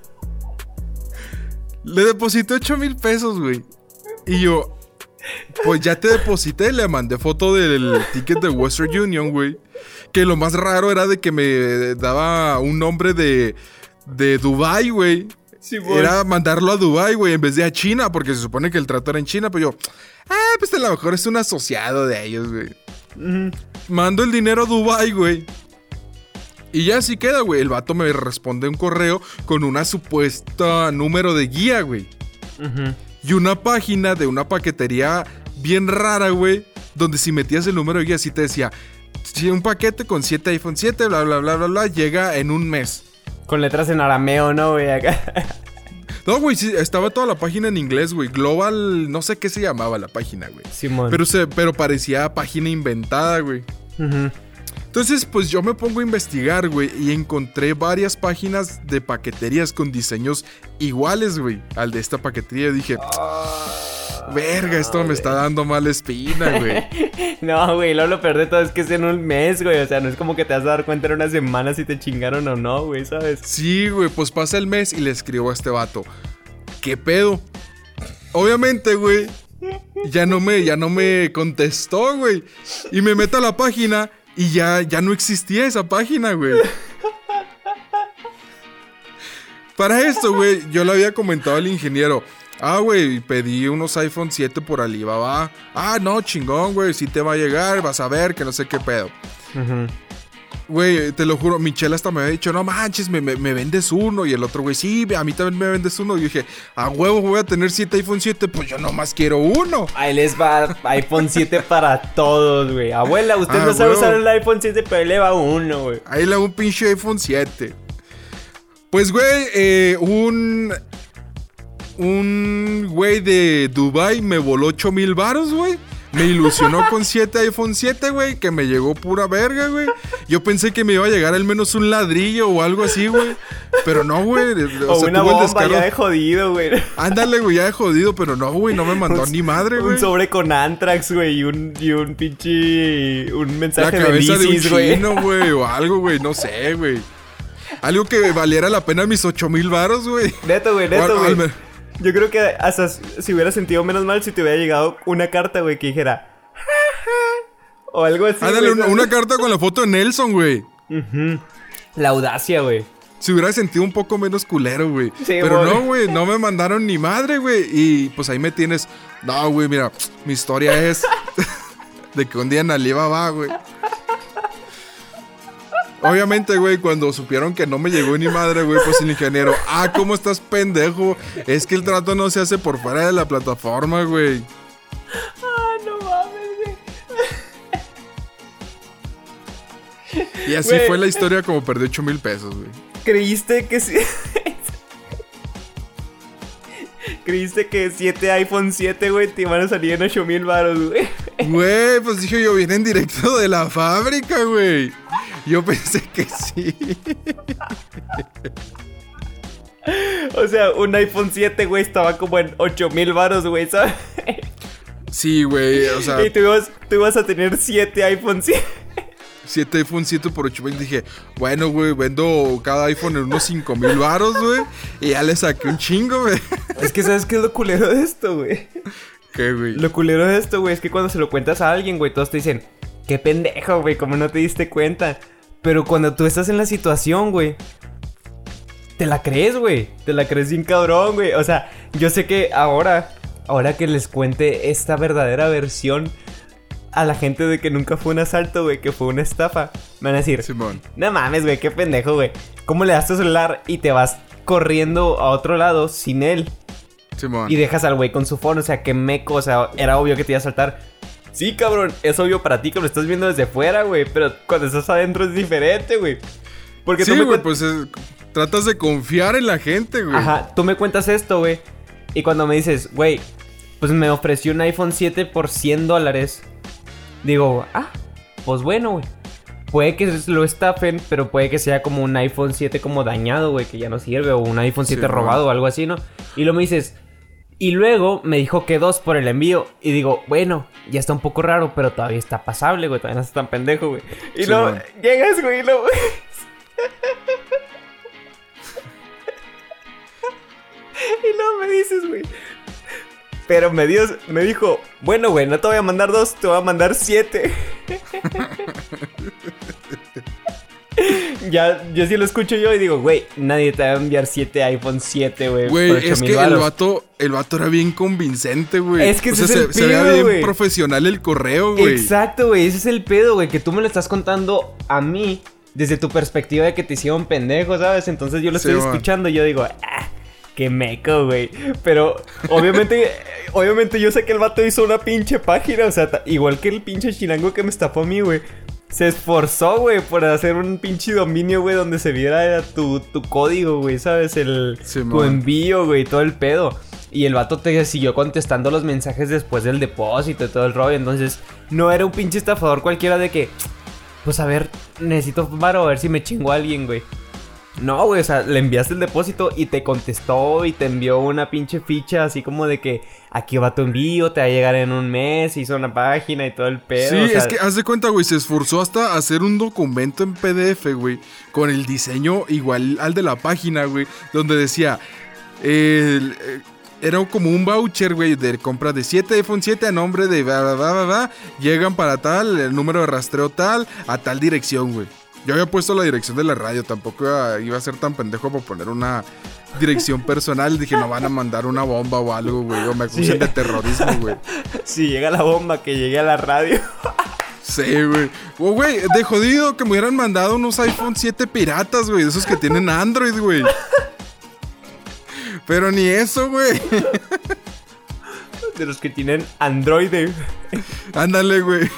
Le deposité ocho mil pesos, güey. Y yo, pues ya te deposité, le mandé foto del ticket de Western Union, güey. Que lo más raro era de que me daba un nombre de, de Dubai, güey. Sí, era mandarlo a Dubai, güey, en vez de a China, porque se supone que el trato era en China, pero yo, ah, pues a lo mejor es un asociado de ellos, güey. Uh-huh. Mando el dinero a Dubai, güey. Y ya así queda, güey. El vato me responde un correo con una supuesta número de guía, güey. Uh-huh. Y una página de una paquetería bien rara, güey, donde si metías el número de guía, así te decía, si un paquete con siete iPhone siete, bla, bla, bla, bla, bla, llega en un mes. Con letras en arameo, ¿no, güey? Acá. No, güey, sí, estaba toda la página en inglés, güey. Global, no sé qué se llamaba la página, güey. Simón. Pero, se, pero parecía página inventada, güey. Uh-huh. Entonces, pues yo me pongo a investigar, güey, y encontré varias páginas de paqueterías con diseños iguales, güey, al de esta paquetería. Dije, oh, verga, esto no, me está dando mala espina, güey. No, güey, luego lo peor de todo es que es en un mes, güey. O sea, no es como que te vas a dar cuenta en una semana si te chingaron o no, güey, ¿sabes? Sí, güey, pues pasa el mes y le escribo a este vato, ¿qué pedo? Obviamente, güey, ya no me, ya no me contestó, güey. Y me meto a la página y ya, ya no existía esa página, güey. Para esto, güey, yo le había comentado al ingeniero, ah, güey, pedí unos iPhone siete por Alibaba. Ah, no, chingón, güey, sí te va a llegar, vas a ver que no sé qué pedo. Uh-huh. Güey, te lo juro, Michelle hasta me había dicho, no manches, me, me, me vendes uno. Y el otro, güey, sí, a mí también me vendes uno. Y yo dije, a huevo voy a tener siete iPhone siete, pues yo nomás quiero uno. Ahí les va iPhone siete para todos, güey. Abuela, usted Ah, no sabe huevo. usar el iPhone siete, pero ahí le va uno, güey. Ahí le hago un pinche iPhone siete. Pues, güey, eh, un... Un güey de Dubai me voló ocho mil varos, güey. Me ilusionó con siete iPhone siete, güey, que me llegó pura verga, güey. Yo pensé que me iba a llegar al menos un ladrillo o algo así, güey. Pero no, güey. O, O sea, una tuvo el bomba descaro. ya de jodido, güey. Ándale, güey, ya de jodido, pero no, güey, no me mandó ni madre, güey. Un sobre con Antrax, güey, y un, y un pinche... Un La mensaje de cabeza de un Lisis, güey. chino, güey, o algo, güey, no sé, güey. Algo que valiera la pena mis ocho mil varos, güey. Neto, güey, O neto, al- güey. al me- Yo creo que hasta si hubiera sentido menos mal si te hubiera llegado una carta, güey, que dijera... o algo así, Ándale, güey, una, ¿sabes? una carta con la foto de Nelson, güey. Ujú. La audacia, güey. Se hubiera sentido un poco menos culero, güey. Sí, Pero güey. no, güey, no me mandaron ni madre, güey. Y pues ahí me tienes. No, güey, mira, mi historia es de que un día en Alibaba, güey. Obviamente, güey, cuando supieron que no me llegó ni madre, güey, pues el ingeniero, ah, ¿cómo estás, pendejo? Es que el trato no se hace por fuera de la plataforma, güey. Ah, no mames, güey. Y así Güey. fue la historia como perdí ocho mil pesos, güey. ¿Creíste que sí? ¿Creíste que siete iPhone siete, güey, te iban a salir en ocho mil baros, güey? Güey, pues dije yo, viene en directo de la fábrica, güey. Yo pensé que sí. O sea, un iPhone siete, güey, estaba como en ocho mil baros, güey, ¿sabes? Sí, güey, o sea, Y tú ibas, tú ibas a tener siete iPhone siete. siete iPhone siete por ocho mil. Dije, bueno, güey, vendo cada iPhone en unos cinco mil varos, güey. Y ya le saqué un chingo, güey. Es que, ¿sabes qué es lo culero de esto, güey? ¿Qué, güey? Lo culero de esto, güey, es que cuando se lo cuentas a alguien, güey, todos te dicen, qué pendejo, güey, como no te diste cuenta. Pero cuando tú estás en la situación, güey, te la crees, güey. Te la crees bien cabrón, güey. O sea, yo sé que ahora, ahora que les cuente esta verdadera versión a la gente de que nunca fue un asalto, güey, que fue una estafa, me van a decir, Simón. no mames, güey, qué pendejo, güey. ¿Cómo le das tu celular y te vas corriendo a otro lado sin él? Simón. Y dejas al güey con su phone, o sea, qué meco, o sea, era obvio que te iba a saltar. Sí, cabrón, es obvio para ti que lo estás viendo desde fuera, güey, pero cuando estás adentro es diferente, güey. Porque Sí, tú me güey, cuen- pues es- tratas de confiar en la gente, güey. Ajá, tú me cuentas esto, güey, y cuando me dices, güey, pues me ofreció un iPhone siete por cien dólares, digo, ah, pues bueno, güey. Puede que lo estafen, pero puede que sea como un iPhone siete como dañado, güey, que ya no sirve, o un iPhone siete Sí, robado ¿no? o algo así, ¿no? Y luego me dices, y luego me dijo que dos por el envío, y digo, bueno, ya está un poco raro, pero todavía está pasable, güey, todavía no está tan pendejo, güey. Y Sí, luego man. llegas, güey, y luego... y luego me dices, güey. Pero me, dio, me dijo, bueno, güey, no te voy a mandar dos, te voy a mandar siete. Ya, yo sí lo escucho yo y digo, güey, nadie te va a enviar siete iPhone siete, güey. por Güey, ocho es mil que el varos. vato, el vato era bien convincente, güey. Es que o ese sea, es el se, se veía pedo, bien güey. profesional el correo, güey. Exacto, güey, ese es el pedo, güey, que tú me lo estás contando a mí desde tu perspectiva de que te hicieron pendejo, ¿sabes? Entonces yo lo Sí, estoy man. escuchando y yo digo, ah, qué meco, güey. Pero obviamente, obviamente yo sé que el vato hizo una pinche página, o sea, ta- igual que el pinche chilango que me estafó a mí, güey. Se esforzó, güey, por hacer un pinche dominio, güey, donde se viera tu, tu código, güey, ¿sabes? El, Sí, tu man. envío, güey, todo el pedo. Y el vato te siguió contestando los mensajes después del depósito y todo el rollo. Entonces, no era un pinche estafador cualquiera de que, pues a ver, necesito varo, a ver si me chingó a alguien, güey. No, güey, o sea, le enviaste el depósito y te contestó y te envió una pinche ficha así como de que aquí va tu envío, te va a llegar en un mes, hizo una página y todo el pedo. Sí, o sea, es que haz de cuenta, güey, se esforzó hasta hacer un documento en P D F, güey, con el diseño igual al de la página, güey, donde decía, el, eh, era como un voucher, güey, de compra de siete iPhone siete a nombre de bla, bla, bla, bla, bla, llegan para tal, el número de rastreo tal, a tal dirección, güey. Yo había puesto la dirección de la radio, tampoco iba, iba a ser tan pendejo para poner una dirección personal. Dije, no van a mandar una bomba o algo, güey, o me acusan Sí. de terrorismo, güey. si llega la bomba, que llegue a la radio. Sí, güey. Oh, güey, de jodido que me hubieran mandado unos iPhone siete piratas, güey. De esos que tienen Android, güey. Pero ni eso, güey. De los que tienen Android. Ándale, güey.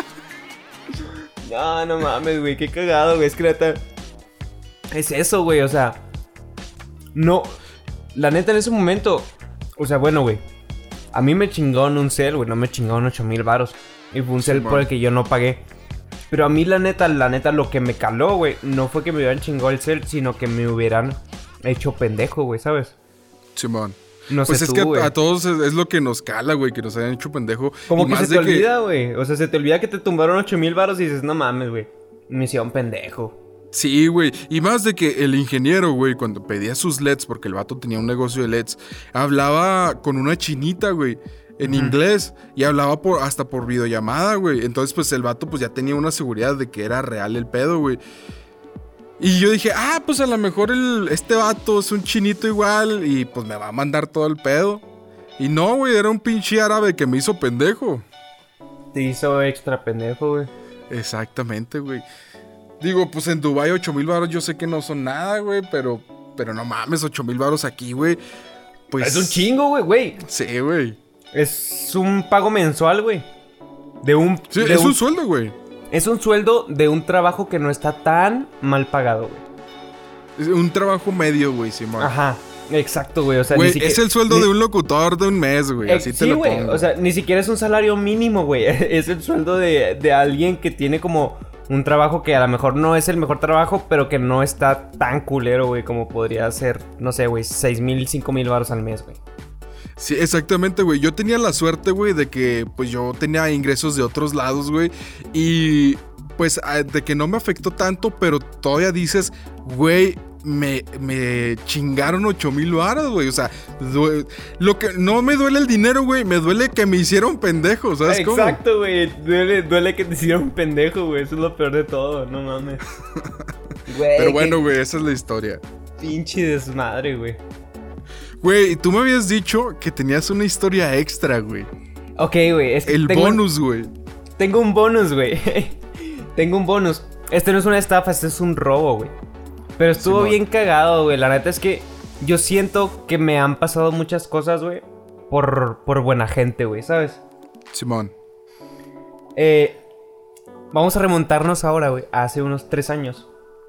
No, no mames, güey. Qué cagado, güey. Es que neta... Es eso, güey. O sea... No... La neta, en ese momento... O sea, bueno, güey. A mí me chingaron un cel, güey. No me chingaron ocho mil varos. Y fue un cel sí, por el que yo no pagué. Pero a mí, la neta, la neta, lo que me caló, güey, no fue que me hubieran chingado el cel, sino que me hubieran hecho pendejo, güey, ¿sabes? Simón. No pues sé es tú, que güey. a, a todos es, es lo que nos cala, güey, que nos hayan hecho pendejo. Como y que más se te de que... olvida, güey. O sea, se te olvida que te tumbaron ocho mil varos y dices, no mames, güey. Me hicieron pendejo. Sí, güey. Y más de que el ingeniero, güey, cuando pedía sus L E Ds, porque el vato tenía un negocio de L E Ds, hablaba con una chinita, güey, en uh-huh. inglés. Y hablaba por hasta por videollamada, güey. Entonces, pues, el vato pues ya tenía una seguridad de que era real el pedo, güey. Y yo dije, ah, pues a lo mejor el, este vato es un chinito igual y pues me va a mandar todo el pedo. Y no, güey, era un pinche árabe que me hizo pendejo. Te hizo extra pendejo, güey. Exactamente, güey. Digo, pues en Dubái ocho mil varos yo sé que no son nada, güey, pero, pero no mames, ocho mil varos aquí, güey. Pues... Es un chingo, güey, güey. Sí, güey. Es un pago mensual, güey. De un... Sí, de es un, un sueldo, güey. Es un sueldo de un trabajo que no está tan mal pagado, güey. Es un trabajo medio, güey, Simón. Ajá, exacto, güey. O sea, güey, ni siquiera, es el sueldo ni... de un locutor de un mes, güey. Así eh, te sí, lo güey. pongo. O sea, ni siquiera es un salario mínimo, güey. Es el sueldo de, de alguien que tiene como un trabajo que a lo mejor no es el mejor trabajo, pero que no está tan culero, güey, como podría ser, no sé, güey, seis mil, cinco mil baros al mes, güey. Sí, exactamente, güey. Yo tenía la suerte, güey, de que pues yo tenía ingresos de otros lados, güey. Y pues de que no me afectó tanto, pero todavía dices, güey, me, me chingaron ocho mil varos, güey. O sea, due- lo que no me duele el dinero, güey, me duele que me hicieron pendejo, ¿sabes cómo? Exacto, güey. Duele, duele que te hicieron pendejo, güey. Eso es lo peor de todo, no mames. Güey, pero bueno, güey, esa es la historia. Pinche desmadre, güey. Güey, tú me habías dicho que tenías una historia extra, güey. Ok, güey. Es que el tengo bonus, güey. Un... Tengo un bonus, güey. Tengo un bonus. Este no es una estafa, este es un robo, güey. Pero estuvo sí, bien cagado, güey. La neta es que yo siento que me han pasado muchas cosas, güey. Por, por buena gente, güey, ¿sabes? Simón. Eh, vamos a remontarnos ahora, güey. Hace unos tres años.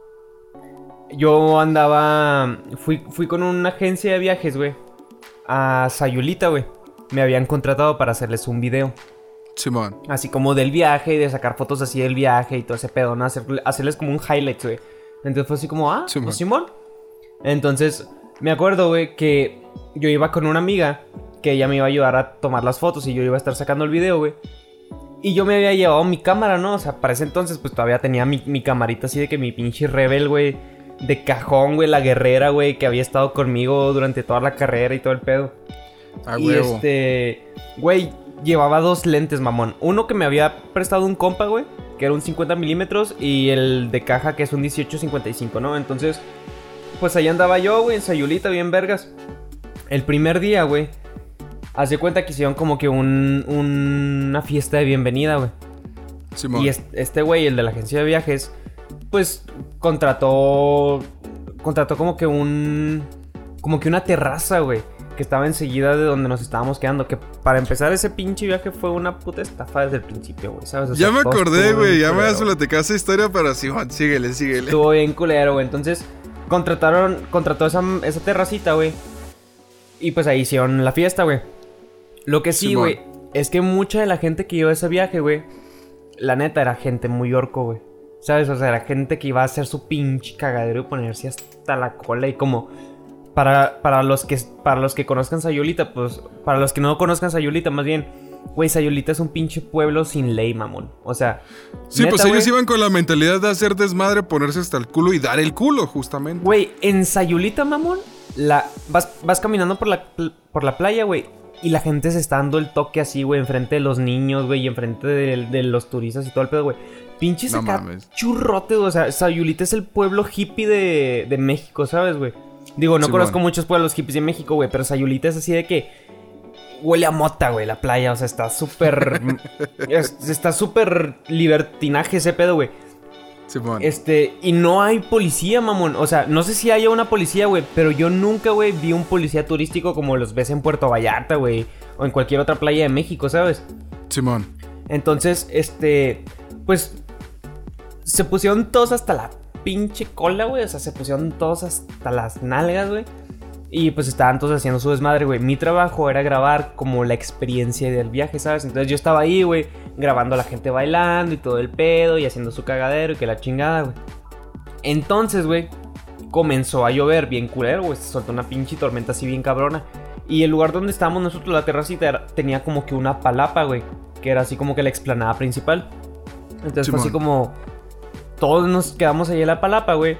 Yo andaba... Fui, fui con una agencia de viajes, güey. A Sayulita, güey. Me habían contratado para hacerles un video. Simón. Así como del viaje y de sacar fotos así del viaje y todo ese pedo, ¿no? Hacer, hacerles como un highlight, güey. Entonces fue así como, ah, Simón. pues Simón. Entonces, me acuerdo, güey, que yo iba con una amiga que ella me iba a ayudar a tomar las fotos y yo iba a estar sacando el video, güey. Y yo me había llevado mi cámara, ¿no? O sea, para ese entonces, pues todavía tenía mi, mi camarita así de que mi pinche Rebel, güey. De cajón, güey, la guerrera, güey, que había estado conmigo durante toda la carrera y todo el pedo. A y huevo. este, güey, llevaba dos lentes, mamón. Uno que me había prestado un compa, güey, que era un cincuenta milímetros, y el de caja que es un dieciocho cincuenta y cinco, ¿no? Entonces, pues ahí andaba yo, güey, en Sayulita, bien vergas. El primer día, güey, hace cuenta que hicieron como que un, un, una fiesta de bienvenida, güey. Simón. Y este güey, el de la agencia de viajes, pues contrató, contrató como que un, como que una terraza, güey, que estaba enseguida de donde nos estábamos quedando. Que para empezar ese pinche viaje fue una puta estafa desde el principio, güey, ¿sabes? O sea, ya me acordé, güey, ya me has culero. platicado esa historia, pero sí, Juan, síguele, síguele. Estuvo bien culero, güey. Entonces, contrataron, contrató esa, esa terracita, güey. Y pues ahí hicieron la fiesta, güey. Lo que sí, güey, es que mucha de la gente que iba a ese viaje, güey, la neta era gente muy orco, güey. ¿Sabes? O sea, era gente que iba a hacer su pinche cagadero y ponerse hasta la cola. Y como... Para, para, los que, para los que conozcan Sayulita, pues... Para los que no conozcan Sayulita, más bien... Güey, Sayulita es un pinche pueblo sin ley, mamón. O sea... Sí, neta, pues ellos wey, iban con la mentalidad de hacer desmadre, ponerse hasta el culo y dar el culo, justamente. Güey, en Sayulita, mamón... La, vas, vas caminando por la, por la playa, güey. Y la gente se está dando el toque así, güey. Enfrente de los niños, güey. Y enfrente de, de los turistas y todo el pedo, güey. Pinches No acá mames. churrote, güey. O sea, Sayulita es el pueblo hippie de, de México, ¿sabes, güey? Digo, no Sí, conozco bueno. muchos pueblos hippies de México, güey. Pero Sayulita es así de que... huele a mota, güey, la playa. O sea, está súper... es- está súper libertinaje ese pedo, güey. Simón. Este, y no hay policía, mamón. O sea, no sé si haya una policía, güey, pero yo nunca, güey, vi un policía turístico como los ves en Puerto Vallarta, güey, o en cualquier otra playa de México, ¿sabes? Simón. Entonces, este, pues, se pusieron todos hasta la pinche cola, güey. O sea, se pusieron todos hasta las nalgas, güey. Y pues estaban todos haciendo su desmadre, güey. Mi trabajo era grabar como la experiencia del viaje, ¿sabes? Entonces yo estaba ahí, güey, grabando a la gente bailando y todo el pedo y haciendo su cagadero y que la chingada, güey. Entonces, güey, comenzó a llover bien culero, güey. Se soltó una pinche tormenta así bien cabrona. Y el lugar donde estábamos nosotros, la terracita, era- tenía como que una palapa, güey, que era así como que la explanada principal. Entonces fue Simón. así como... Todos nos quedamos ahí en la palapa, güey.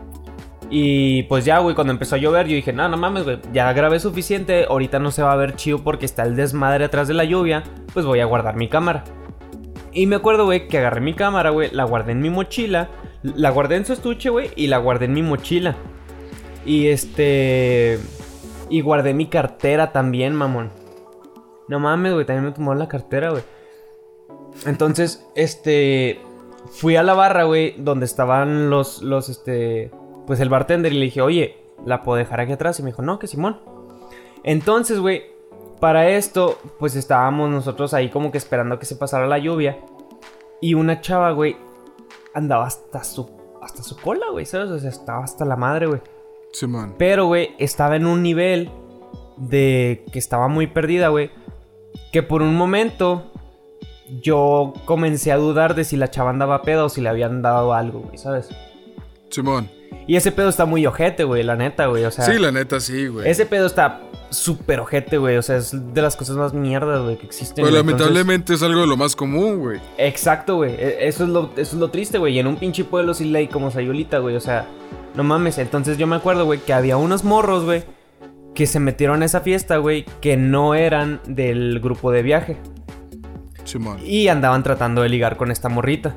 Y pues ya, güey, cuando empezó a llover, yo dije, no, no mames, güey, ya grabé suficiente. Ahorita no se va a ver chido porque está el desmadre atrás de la lluvia. Pues voy a guardar mi cámara. Y me acuerdo, güey, que agarré mi cámara, güey, la guardé en mi mochila. La guardé en su estuche, güey, y la guardé en mi mochila. Y este... Y guardé mi cartera también, mamón. No mames, güey, también me tomaron la cartera, güey. Entonces, este... Fui a la barra, güey, donde estaban los, los, este... Pues el bartender y le dije, oye, ¿la puedo dejar aquí atrás? Y me dijo, no, que Simón. Entonces, güey, para esto, pues estábamos nosotros ahí como que esperando a que se pasara la lluvia. Y una chava, güey, andaba hasta su, hasta su cola, güey, ¿sabes? O sea, estaba hasta la madre, güey. Simón. Pero, güey, estaba en un nivel de que estaba muy perdida, güey. Que por un momento yo comencé a dudar de si la chava andaba pedo o si le habían dado algo, güey, ¿sabes? Simón. Y ese pedo está muy ojete, güey, la neta, güey, o sea... Sí, la neta, sí, güey. Ese pedo está súper ojete, güey, o sea, es de las cosas más mierdas, güey, que existen. Pero güey. lamentablemente es algo de lo más común, güey. Entonces, exacto, güey, e- eso es lo, eso es lo triste, güey, y en un pinche pueblo sin ley como Sayulita, güey, o sea, no mames. Entonces yo me acuerdo, güey, que había unos morros, güey, que se metieron a esa fiesta, güey, que no eran del grupo de viaje. Simón. Y andaban tratando de ligar con esta morrita.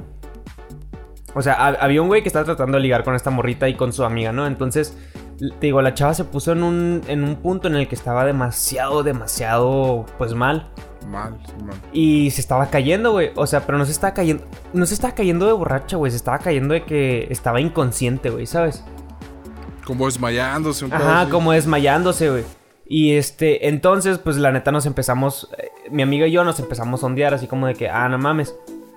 O sea, hab- había un güey que estaba tratando de ligar con esta morrita y con su amiga, ¿no? Entonces, l- te digo, la chava se puso en un, en un punto en el que estaba demasiado, demasiado, pues mal. Mal, Simón. Y se estaba cayendo, güey. O sea, pero no se estaba cayendo, no se estaba cayendo de borracha, güey. Se estaba cayendo de que estaba inconsciente, güey, ¿sabes? Como desmayándose un Ajá, pedazo. como desmayándose, güey. Y este, entonces, pues la neta nos empezamos, eh, mi amiga y yo nos empezamos a ondear así como de que, ah, no mames.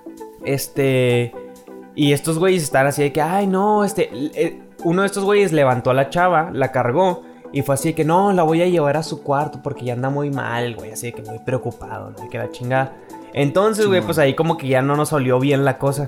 Este, y estos güeyes estaban así de que, ay, no, este, eh, uno de estos güeyes levantó a la chava, la cargó y fue así de que, no, la voy a llevar a su cuarto porque ya anda muy mal, güey, así de que muy preocupado, ¿no? Y que la chingada. Entonces, güey, Simón. pues ahí como que ya no nos olió bien la cosa.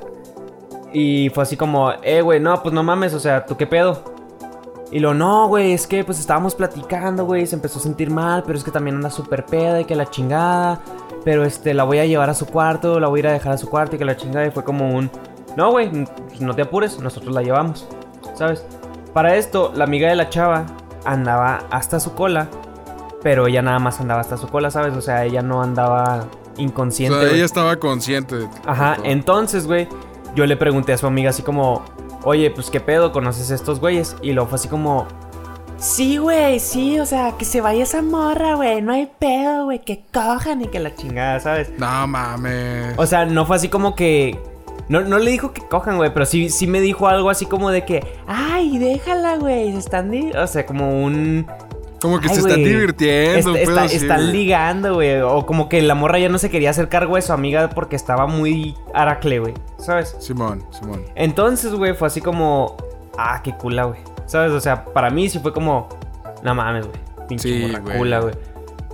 Y fue así como, eh, güey, no, pues no mames, o sea, ¿tú qué pedo? Y lo, no, güey, es que pues estábamos platicando, güey, se empezó a sentir mal, pero es que también anda súper peda y que la chingada. Pero este, la voy a llevar a su cuarto, la voy a ir a dejar a su cuarto y que la chingada. Y fue como un, no, güey, n- no te apures, nosotros la llevamos, ¿sabes? Para esto, la amiga de la chava andaba hasta su cola, pero ella nada más andaba hasta su cola, ¿sabes? O sea, ella no andaba O inconsciente. sea, güey. ella estaba consciente de Ajá, de todo. entonces, güey, yo le pregunté a su amiga así como, oye, pues qué pedo, ¿conoces a estos güeyes? Y luego fue así como, sí, güey, sí, o sea, que se vaya esa morra, güey, no hay pedo, güey, que cojan y que la chingada, ¿sabes? No mames. O sea, no fue así como que... No, no le dijo que cojan, güey, pero sí, sí me dijo algo así como de que, ay, déjala, güey, se están... di-". O sea, como un... Como que Ay, se están güey. divirtiendo. Est- un está- pedo así, están güey. ligando, güey. O como que la morra ya no se quería hacer cargo de su amiga porque estaba muy aracle, güey. ¿Sabes? Simón, Simón. Entonces, güey, fue así como... Ah, qué cula, güey. ¿Sabes? O sea, para mí sí fue como... No mames, güey. Pinche Sí, morra güey. cula, güey.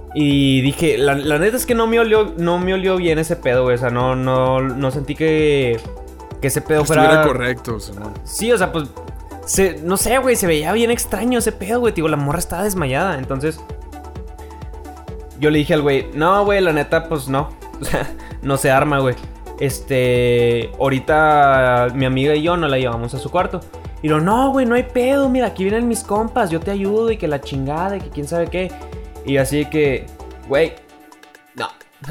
Y dije... La, la neta es que no me olió... No me olió bien ese pedo, güey. O sea, no, no, no sentí que... Que ese pedo Estuviera fuera... correcto, Simón. Sí, o sea, pues... Se, no sé, güey, se veía bien extraño ese pedo, güey. Digo, la morra estaba desmayada. Entonces, yo le dije al güey, no, güey, la neta, pues no. O sea, no se arma, güey. Este, ahorita mi amiga y yo nos la llevamos a su cuarto. Y lo, no, güey, no hay pedo. Mira, aquí vienen mis compas, yo te ayudo y que la chingada y que quién sabe qué. Y así que, güey, no.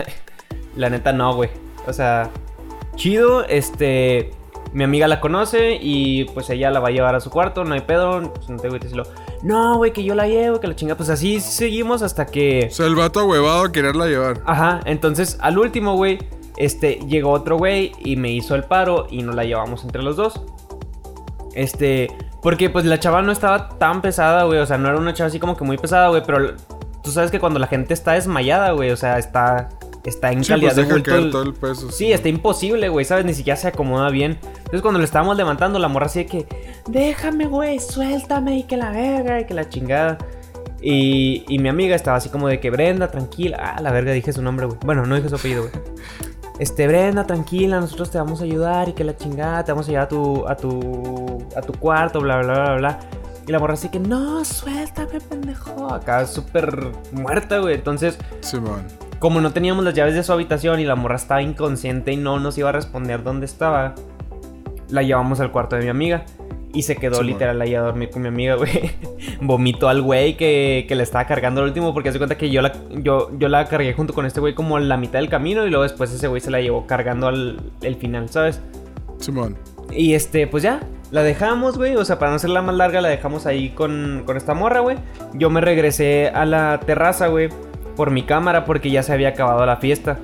La neta, no, güey. O sea, chido, este... Mi amiga la conoce y pues ella la va a llevar a su cuarto, no hay pedo, pues no te agüites y lo... no, güey, que yo la llevo, que la chingada. Pues así seguimos hasta que... O sea, el vato ahuevado a quererla llevar. Ajá, entonces al último, güey, este, llegó otro güey y me hizo el paro y nos la llevamos entre los dos. Este, porque pues la chava no estaba tan pesada, güey, o sea, no era una chava así como que muy pesada, güey, pero tú sabes que cuando la gente está desmayada, güey, o sea, está... Está en Sí, calidad pues de deja bulto caer el- todo el peso. Sí, está imposible, güey, ¿sabes? Ni siquiera se acomoda bien. Entonces cuando lo estábamos levantando, la morra así de que... Déjame, güey, suéltame y que la verga y que la chingada. Y, y mi amiga estaba así como de que... Brenda, tranquila. Ah, la verga, dije su nombre, güey. Bueno, no dije su apellido, güey. Este, Brenda, tranquila, nosotros te vamos a ayudar y que la chingada. Te vamos a llevar a tu, a tu, a tu cuarto, bla, bla, bla, bla. Y la morra así que... No, suéltame, pendejo. Acá súper muerta, güey. Entonces... Simón. Como no teníamos las llaves de su habitación y la morra estaba inconsciente y no nos iba a responder dónde estaba, la llevamos al cuarto de mi amiga. Y se quedó Sí, literal ahí a dormir con mi amiga, güey. Vomitó al güey que, que le estaba cargando el último. Porque hace cuenta que yo la, yo, yo la cargué junto con este güey como a la mitad del camino. Y luego después ese güey se la llevó cargando al el final, ¿sabes? Simón. Y este, pues ya, la dejamos, güey. O sea, para no hacerla más larga, la dejamos ahí con, con esta morra, güey. Yo me regresé a la terraza, güey, por mi cámara porque ya se había acabado la fiesta.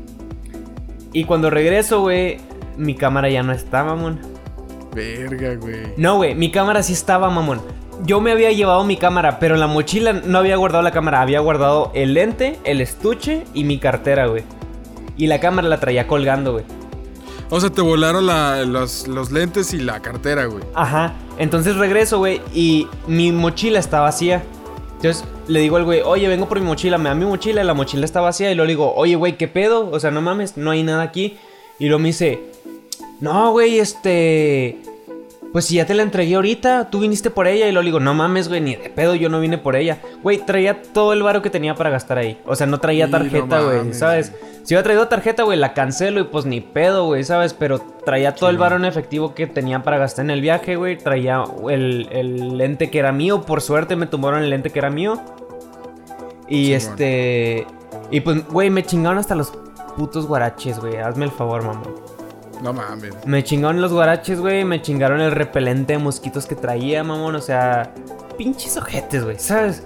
Y cuando regreso, güey, mi cámara ya no está, mamón. Verga, güey. No, güey, mi cámara sí estaba, mamón. Yo me había llevado mi cámara, pero en la mochila no había guardado la cámara. Había guardado el lente, el estuche y mi cartera, güey. Y la cámara la traía colgando, güey. O sea, te volaron la- los, los lentes y la cartera, güey. Ajá, entonces regreso, güey, y mi mochila está vacía. Entonces le digo al güey, oye, vengo por mi mochila, me da mi mochila y la mochila está vacía. Y luego le digo, oye, güey, ¿qué pedo? O sea, no mames, no hay nada aquí. Y luego me dice, no, güey, este... Pues si ya te la entregué ahorita, tú viniste por ella. Y luego le digo, no mames, güey, ni de pedo, yo no vine por ella. Güey, traía todo el varo que tenía para gastar ahí. O sea, no traía Sí, no tarjeta, güey, mames, ¿sabes? Si hubiera traído tarjeta, güey, la cancelo y pues ni pedo, güey, ¿sabes? Pero traía todo el varo en efectivo que tenía para gastar en el viaje, güey. Traía el, el lente que era mío. Por suerte me tumbaron el lente que era mío. Y Sí, este... Y pues, güey, me chingaron hasta los putos guaraches, güey. Hazme el favor, mamá. No mames. Me chingaron los guaraches, güey. Me chingaron el repelente de mosquitos que traía, mamón. O sea, pinches ojetes, güey, ¿sabes?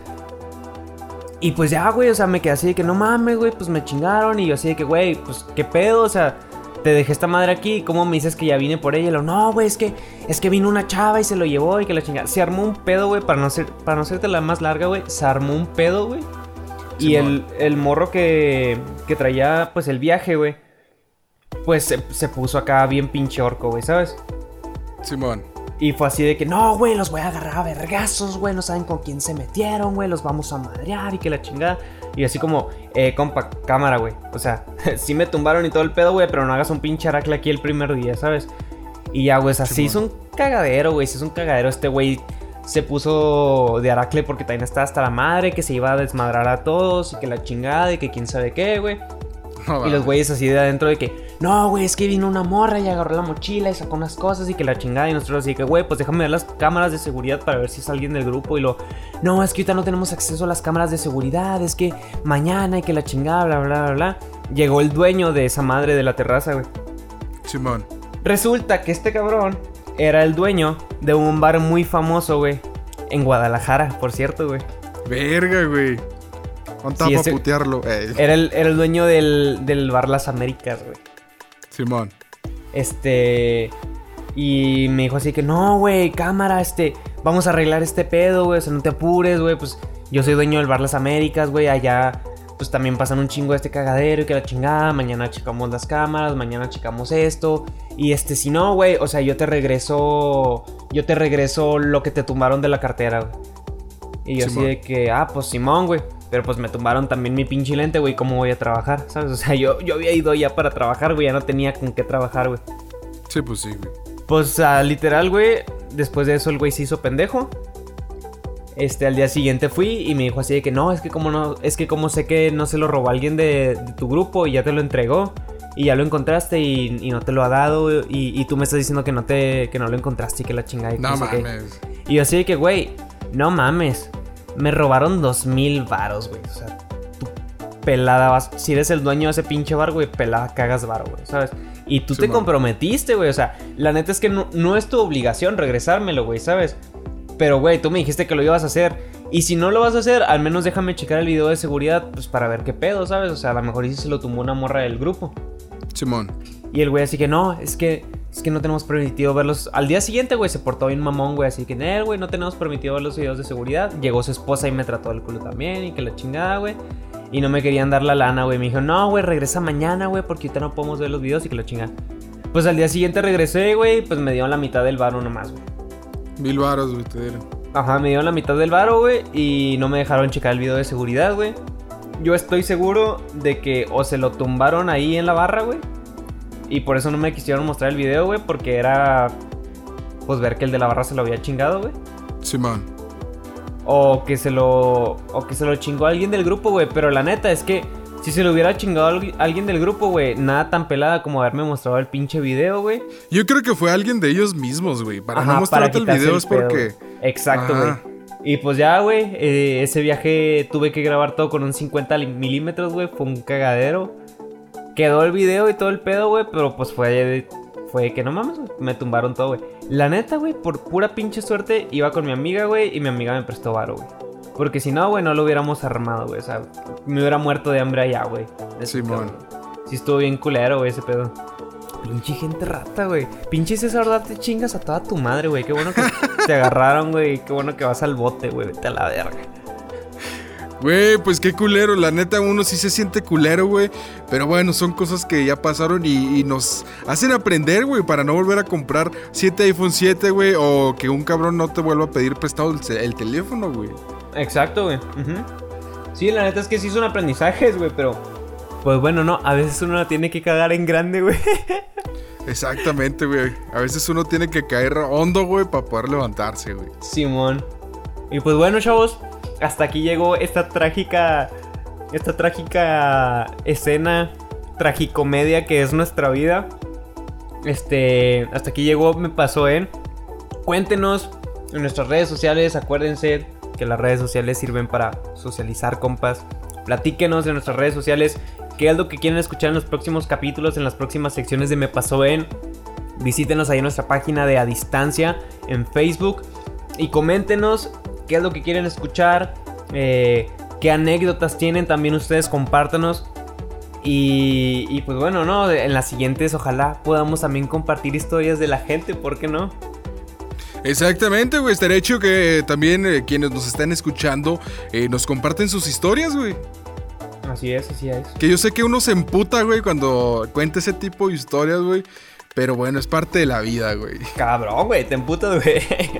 Y pues ya, güey, o sea, me quedé así de que no mames, güey, pues me chingaron. Y yo así de que, güey, pues qué pedo, o sea, te dejé esta madre aquí. ¿Cómo me dices que ya vine por ella? Y lo, no, güey, es que, es que vino una chava y se lo llevó y que la chingada. Se armó un pedo, güey, para no ser, para no hacerte la más larga, güey. Se armó un pedo, güey. Y el, el morro que, que traía, pues, el viaje, güey, pues se, se puso acá bien pinche orco, güey, ¿sabes? Simón. Y fue así de que, no, güey, los voy a agarrar a vergazos, güey, no saben con quién se metieron, güey, los vamos a madrear y que la chingada. Y así como, eh, compa, cámara, güey. O sea, sí me tumbaron y todo el pedo, güey, pero no hagas un pinche aracle aquí el primer día, ¿sabes? Y ya, güey, así hizo un cagadero, güey, se hizo un cagadero. Este güey se puso de aracle porque también estaba hasta la madre, que se iba a desmadrar a todos y que la chingada y que quién sabe qué, güey. No, Y mames. los güeyes así de adentro de que, no, güey, es que vino una morra y agarró la mochila y sacó unas cosas y que la chingada. Y nosotros así que, güey, pues déjame ver las cámaras de seguridad para ver si es alguien del grupo. Y lo, no, es que ahorita no tenemos acceso a las cámaras de seguridad, es que mañana y que la chingada, bla, bla, bla, bla. Llegó el dueño de esa madre de la terraza, güey. Simón. Resulta que este cabrón era el dueño de un bar muy famoso, güey, en Guadalajara, por cierto, güey. Verga, güey. ¿Cuánto Sí, para ese- putearlo? Ey. Era el, era el dueño del, del bar Las Américas, güey. Simón. Este... Y me dijo así que, no, güey, cámara, este... Vamos a arreglar este pedo, güey, o sea, no te apures, güey. Pues yo soy dueño del bar Las Américas, güey. Allá, pues también pasan un chingo de este cagadero y que la chingada. Mañana checamos las cámaras, mañana checamos esto. Y este, si no, güey, o sea, yo te regreso... Yo te regreso lo que te tumbaron de la cartera, güey. Y yo Simón. así de que, ah, pues Simón, güey. Pero pues me tumbaron también mi pinche lente, güey. ¿Cómo voy a trabajar? ¿Sabes? O sea, yo, yo había ido ya para trabajar, güey. Ya no tenía con qué trabajar, güey. Sí, pues sí, güey. Pues uh, literal, güey. Después de eso el güey se hizo pendejo. Este, al día siguiente fui y me dijo así de que no, es que como no, es que como sé que no se lo robó alguien de, de tu grupo y ya te lo entregó. Y ya lo encontraste y, y no te lo ha dado. Y, y tú me estás diciendo que no te, que no lo encontraste y que la chingada y que No sé qué. mames. Y yo así de que, güey, no mames. Me robaron dos mil varos, güey. O sea, tú pelada vas. Si eres el dueño de ese pinche bar, güey, pelada cagas varo, güey, ¿sabes? Y tú Sí, te man. comprometiste, güey. O sea, la neta es que no, no es tu obligación regresármelo, güey, ¿sabes? Pero, güey, tú me dijiste que lo ibas a hacer. Y si no lo vas a hacer, al menos déjame checar el video de seguridad, pues para ver qué pedo, ¿sabes? O sea, a lo mejor sí se lo tumbó una morra del grupo. Simón. Y el güey así que no, es que es que no tenemos permitido verlos. Al día siguiente, güey, se portó bien mamón, güey. Así que, eh, güey, no tenemos permitido ver los videos de seguridad. Llegó su esposa y me trató el culo también. Y que la chingada, güey. Y no me querían dar la lana, güey. Me dijo, no, güey, regresa mañana, güey, porque ahorita no podemos ver los videos y que la chingada. Pues al día siguiente regresé, güey. Pues me dieron la mitad del varo nomás, güey. Mil varos, güey, te dieron. Ajá, me dieron la mitad del varo, güey. Y no me dejaron checar el video de seguridad, güey. Yo estoy seguro de que o se lo tumbaron ahí en la barra, güey. Y por eso no me quisieron mostrar el video, güey. Porque era, pues, ver que el de la barra se lo había chingado, güey. Simón. O que se lo O que se lo chingó alguien del grupo, güey. Pero la neta es que si se lo hubiera chingado a alguien del grupo, güey, nada tan pelada como haberme mostrado el pinche video, güey. Yo creo que fue alguien de ellos mismos, güey. Para Ajá, no mostrarte para el video el es porque... pedo, exacto, güey. Ajá. Y pues ya, güey, eh, ese viaje tuve que grabar todo con un cincuenta milímetros, güey. Fue un cagadero. Quedó el video y todo el pedo, güey. Pero pues fue, fue que no mames, güey. Me tumbaron todo, güey. La neta, güey, por pura pinche suerte iba con mi amiga, güey. Y mi amiga me prestó varo, güey. Porque si no, güey, no lo hubiéramos armado, güey. O sea, me hubiera muerto de hambre allá, güey. Simón. Sí estuvo bien culero, güey, ese pedo. Pinche gente rata, güey. Pinche César, date chingas a toda tu madre, güey. Qué bueno que te agarraron, güey. Qué bueno que vas al bote, güey. Vete a la verga. Güey, pues qué culero. La neta, uno sí se siente culero, güey. Pero bueno, son cosas que ya pasaron y, y nos hacen aprender, güey, para no volver a comprar siete iPhone siete, güey. O que un cabrón no te vuelva a pedir prestado el, el teléfono, güey. Exacto, güey. Uh-huh. Sí, la neta es que sí son aprendizajes, güey, pero... Pues bueno, no, a veces uno la tiene que cagar en grande, güey. Exactamente, güey. A veces uno tiene que caer hondo, güey, para poder levantarse, güey. Simón. Y pues bueno, chavos, hasta aquí llegó esta trágica... Esta trágica escena, tragicomedia que es nuestra vida. Este... Hasta aquí llegó Me Pasó En. Cuéntenos en nuestras redes sociales, acuérdense que las redes sociales sirven para socializar, compas. Platíquenos en nuestras redes sociales qué es lo que quieren escuchar en los próximos capítulos, en las próximas secciones de Me Pasó En. Visítenos ahí en nuestra página de A Distancia en Facebook y coméntenos qué es lo que quieren escuchar, eh, qué anécdotas tienen, también ustedes compártanos. Y, y pues bueno, no, en las siguientes ojalá podamos también compartir historias de la gente, ¿por qué no? Exactamente, güey. Estaría hecho que también eh, quienes nos están escuchando eh, nos comparten sus historias, güey. Así es, así es. Que yo sé que uno se emputa, güey, cuando cuenta ese tipo de historias, güey. Pero bueno, es parte de la vida, güey. Cabrón, güey, te emputas, güey.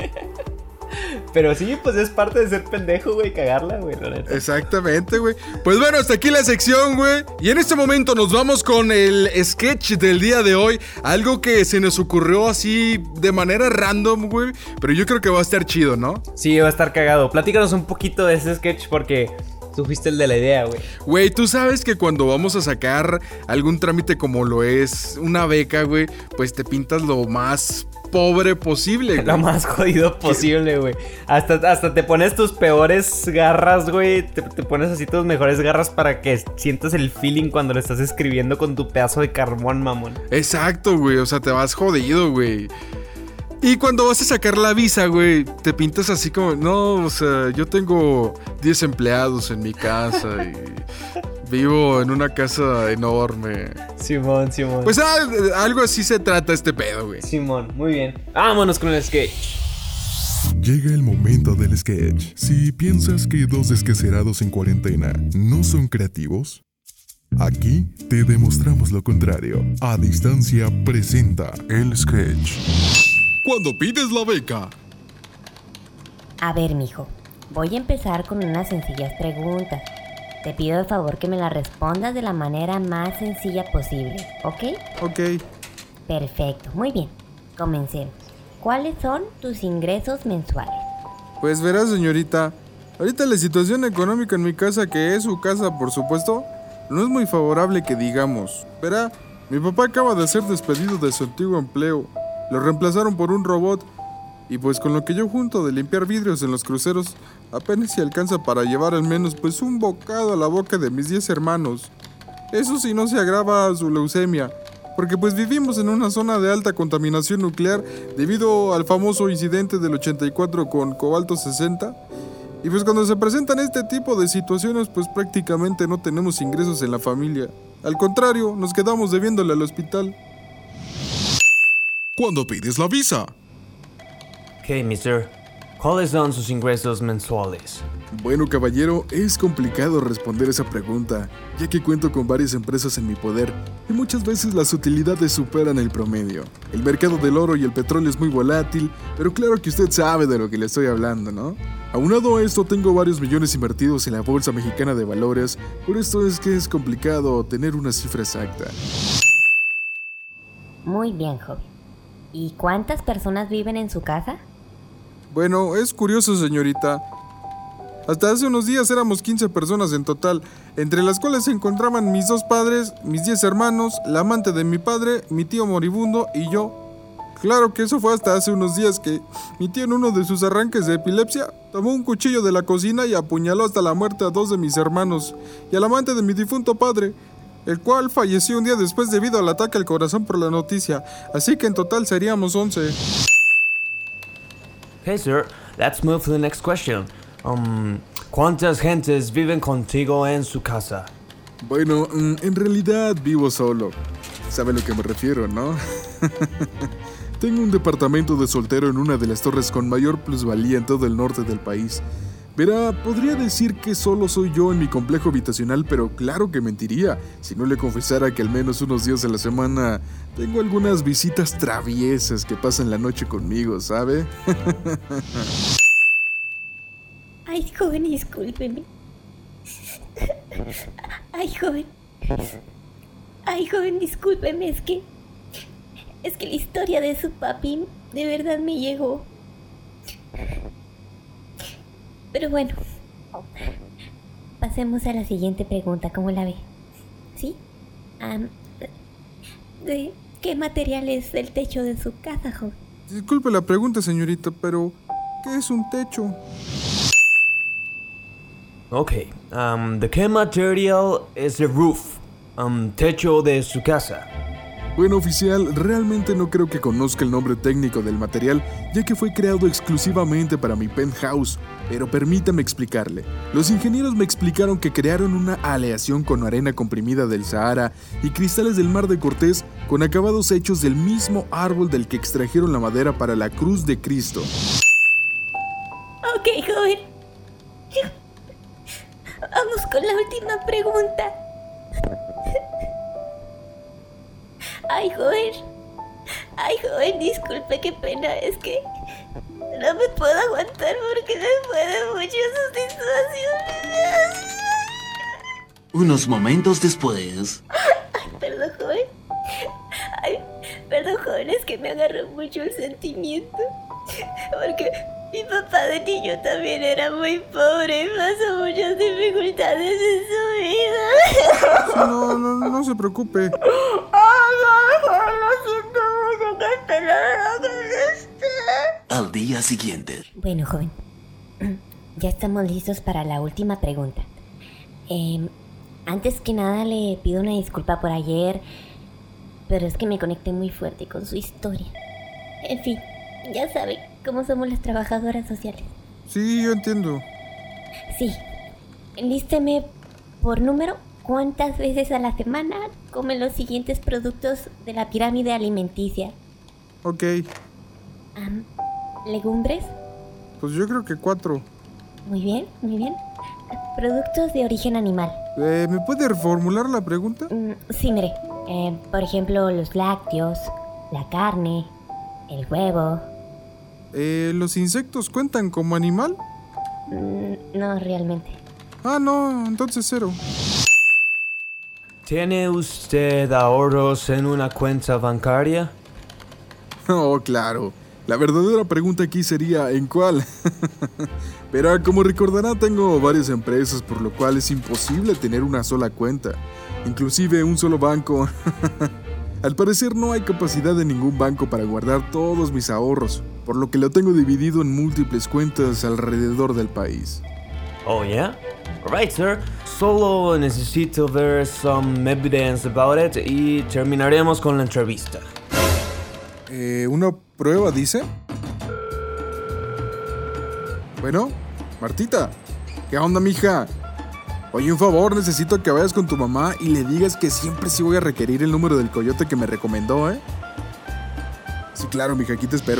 Pero sí, pues es parte de ser pendejo, güey, cagarla, güey, la neta. Exactamente, güey. Pues bueno, hasta aquí la sección, güey. Y en este momento nos vamos con el sketch del día de hoy. Algo que se nos ocurrió así de manera random, güey. Pero yo creo que va a estar chido, ¿no? Sí, va a estar cagado. Platícanos un poquito de ese sketch porque tú fuiste el de la idea, güey. Güey, tú sabes que cuando vamos a sacar algún trámite como lo es una beca, güey, pues te pintas lo más pobre posible, güey. Lo más jodido posible, güey. Hasta, hasta te pones tus peores garras, güey. Te, te pones así tus mejores garras para que sientas el feeling cuando lo estás escribiendo con tu pedazo de carbón, mamón. Exacto, güey. O sea, te vas jodido, güey. Y cuando vas a sacar la visa, güey, te pintas así como... No, o sea, yo tengo diez empleados en mi casa y vivo en una casa enorme. Simón, Simón. Pues ah, algo así se trata este pedo, güey. Simón, muy bien. Vámonos con el sketch. Llega el momento del sketch. Si piensas que dos desquacerados en cuarentena no son creativos, aquí te demostramos lo contrario. A Distancia presenta el sketch. Cuando pides la beca. A ver, mijo, voy a empezar con unas sencillas preguntas. Te pido de favor que me las respondas de la manera más sencilla posible, ¿ok? Ok. Perfecto, muy bien. Comencemos. ¿Cuáles son tus ingresos mensuales? Pues verás, señorita, ahorita la situación económica en mi casa, que es su casa, por supuesto, no es muy favorable que digamos. Verá, mi papá acaba de ser despedido de su antiguo empleo. Lo reemplazaron por un robot. Y pues con lo que yo junto de limpiar vidrios en los cruceros, apenas si alcanza para llevar al menos pues un bocado a la boca de mis diez hermanos. Eso si no se agrava su leucemia. porque pues vivimos en una zona de alta contaminación nuclear debido al famoso incidente del ochenta y cuatro con cobalto sesenta. Y pues cuando se presentan este tipo de situaciones, pues prácticamente no tenemos ingresos en la familia. Al contrario, nos quedamos debiéndole al hospital. ¿Cuándo pides la visa? Ok, mister. ¿Cuáles son sus ingresos mensuales? Bueno, caballero, es complicado responder esa pregunta, ya que cuento con varias empresas en mi poder y muchas veces las utilidades superan el promedio. El mercado del oro y el petróleo es muy volátil, pero claro que usted sabe de lo que le estoy hablando, ¿no? Aunado a esto, tengo varios millones invertidos en la Bolsa Mexicana de Valores, por esto es que es complicado tener una cifra exacta. Muy bien, joven. ¿Y cuántas personas viven en su casa? Bueno, es curioso, señorita. Hasta hace unos días éramos quince personas en total, entre las cuales se encontraban mis dos padres, mis diez hermanos, la amante de mi padre, mi tío moribundo y yo. Claro que eso fue hasta hace unos días que mi tío en uno de sus arranques de epilepsia tomó un cuchillo de la cocina y apuñaló hasta la muerte a dos de mis hermanos y al amante de mi difunto padre, el cual falleció un día después debido al ataque al corazón por la noticia, así que en total seríamos once. Okay, sir. Let's move to the next question. Um, ¿Cuántas gentes viven contigo en su casa? Bueno, en realidad vivo solo. ¿Sabe a lo que me refiero, no? Tengo un departamento de soltero en una de las torres con mayor plusvalía en todo el norte del país. Verá, podría decir que solo soy yo en mi complejo habitacional, pero claro que mentiría si no le confesara que al menos unos días a la semana tengo algunas visitas traviesas que pasan la noche conmigo, ¿sabe? Ay, joven, discúlpeme. Ay, joven. Ay, joven, discúlpeme, es que... Es que la historia de su papi de verdad me llegó. Pero bueno, pasemos a la siguiente pregunta, ¿cómo la ve? ¿Sí? Um, ¿De qué material es el techo de su casa, joven? Disculpe la pregunta, señorita, pero ¿qué es un techo? Ok, um, ¿de qué material es el roof? Um, techo de su casa. Bueno, oficial, realmente no creo que conozca el nombre técnico del material, ya que fue creado exclusivamente para mi penthouse. Pero permítame explicarle. Los ingenieros me explicaron que crearon una aleación con arena comprimida del Sahara y cristales del Mar de Cortés con acabados hechos del mismo árbol del que extrajeron la madera para la cruz de Cristo. Ok, joven. Vamos con la última pregunta. Ay, joven. Ay, joven, disculpe, qué pena. Es que no me puedo aguantar porque después de muchas situaciones. Unos momentos después. Ay, perdón, joven. Ay, perdón, joven, es que me agarró mucho el sentimiento. Porque mi papá de niño también era muy pobre y pasó muchas dificultades en su vida. Sí, no, no, no se preocupe. Lo siento mucho, que te lo contesté. Al día siguiente. Bueno, joven, ya estamos listos para la última pregunta. Eh, antes que nada le pido una disculpa por ayer, pero es que me conecté muy fuerte con su historia. En fin, ya sabe cómo somos las trabajadoras sociales. Sí, yo entiendo. Sí, lísteme por número cuántas veces a la semana comen los siguientes productos de la pirámide alimenticia. Ok. Um, ¿Legumbres? Pues yo creo que cuatro. Muy bien, muy bien. Productos de origen animal. Eh, ¿Me puede reformular la pregunta? Mm, sí, mire. Eh, por ejemplo, los lácteos, la carne, el huevo. Eh, ¿Los insectos cuentan como animal? Mm, no, realmente. Ah, no, entonces cero. ¿Tiene usted ahorros en una cuenta bancaria? Oh, claro. La verdadera pregunta aquí sería ¿en cuál? Pero como recordará, tengo varias empresas, por lo cual es imposible tener una sola cuenta. Inclusive un solo banco. Al parecer no hay capacidad de ningún banco para guardar todos mis ahorros, por lo que lo tengo dividido en múltiples cuentas alrededor del país. Oh, yeah? Alright, sir. Solo necesito ver some evidence about it y terminaremos con la entrevista. Eh, ¿una prueba, dice? Bueno, Martita, ¿qué onda, mija? Oye, un favor, necesito que vayas con tu mamá y le digas que siempre sí voy a requerir el número del coyote que me recomendó, ¿eh? Sí, claro, mija, aquí te espero.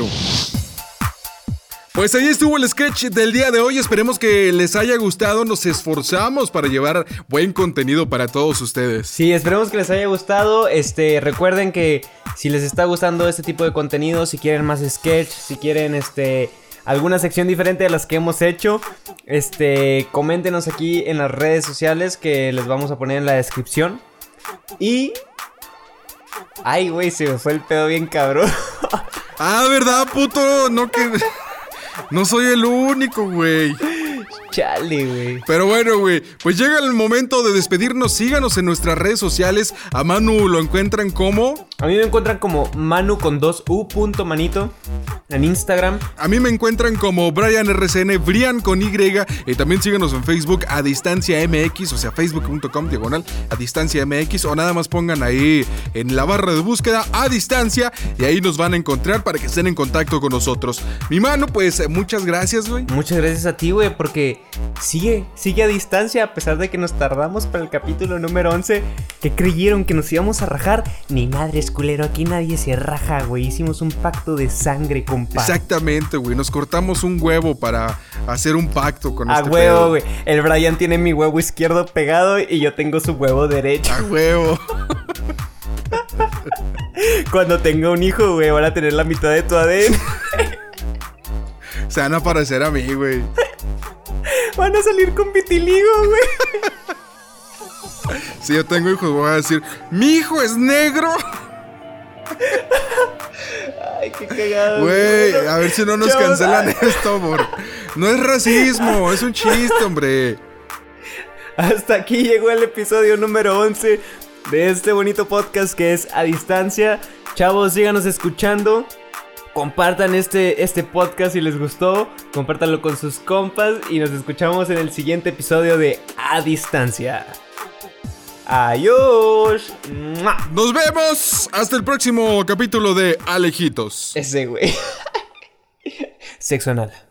Pues ahí estuvo el sketch del día de hoy. Esperemos que les haya gustado. Nos esforzamos para llevar buen contenido para todos ustedes. Sí, esperemos que les haya gustado. Este, recuerden que si les está gustando este tipo de contenido, si quieren más sketch, si quieren este alguna sección diferente de las que hemos hecho, este, coméntenos aquí en las redes sociales que les vamos a poner en la descripción. Y ay, güey, se me fue el pedo bien cabrón. Ah, ¿verdad, puto? No que no soy el único, güey. Chale, güey. Pero bueno, güey, pues llega el momento de despedirnos. Síganos en nuestras redes sociales. A Manu lo encuentran como... A mí me encuentran como Manu con dos U punto manito en Instagram. A mí me encuentran como Brian R C N, Brian con Y. Y también síganos en Facebook a Distancia M X, o sea, facebook punto com diagonal a Distancia M X. O nada más pongan ahí en la barra de búsqueda a Distancia y ahí nos van a encontrar para que estén en contacto con nosotros. Mi Manu, pues muchas gracias, güey. Muchas gracias a ti, güey, porque sigue, sigue a distancia a pesar de que nos tardamos para el capítulo número once. ¿Qué creyeron? ¿Que nos íbamos a rajar? Ni madres, culero, aquí nadie se raja, güey. Hicimos un pacto de sangre, compa. Exactamente, güey. Nos cortamos un huevo para hacer un pacto con a este huevo, pedo. güey. El Brian tiene mi huevo izquierdo pegado y yo tengo su huevo derecho. A huevo. Cuando tenga un hijo, güey, van a tener la mitad de tu A D N. Se van a parecer a mí, güey. Van a salir con vitiligo, güey. Si yo tengo hijos, voy a decir, mi hijo es negro. Ay, qué cagado. Güey, a ver si no nos Chavos, cancelan ay. esto, por... No es racismo, es un chiste, hombre. Hasta aquí llegó el episodio número once de este bonito podcast que es A Distancia. Chavos, síganos escuchando. Compartan este, este podcast si les gustó. Compártanlo con sus compas. Y nos escuchamos en el siguiente episodio de A Distancia. Adiós. ¡Mua! Nos vemos hasta el próximo capítulo de Alejitos. Ese güey. Sexo anal.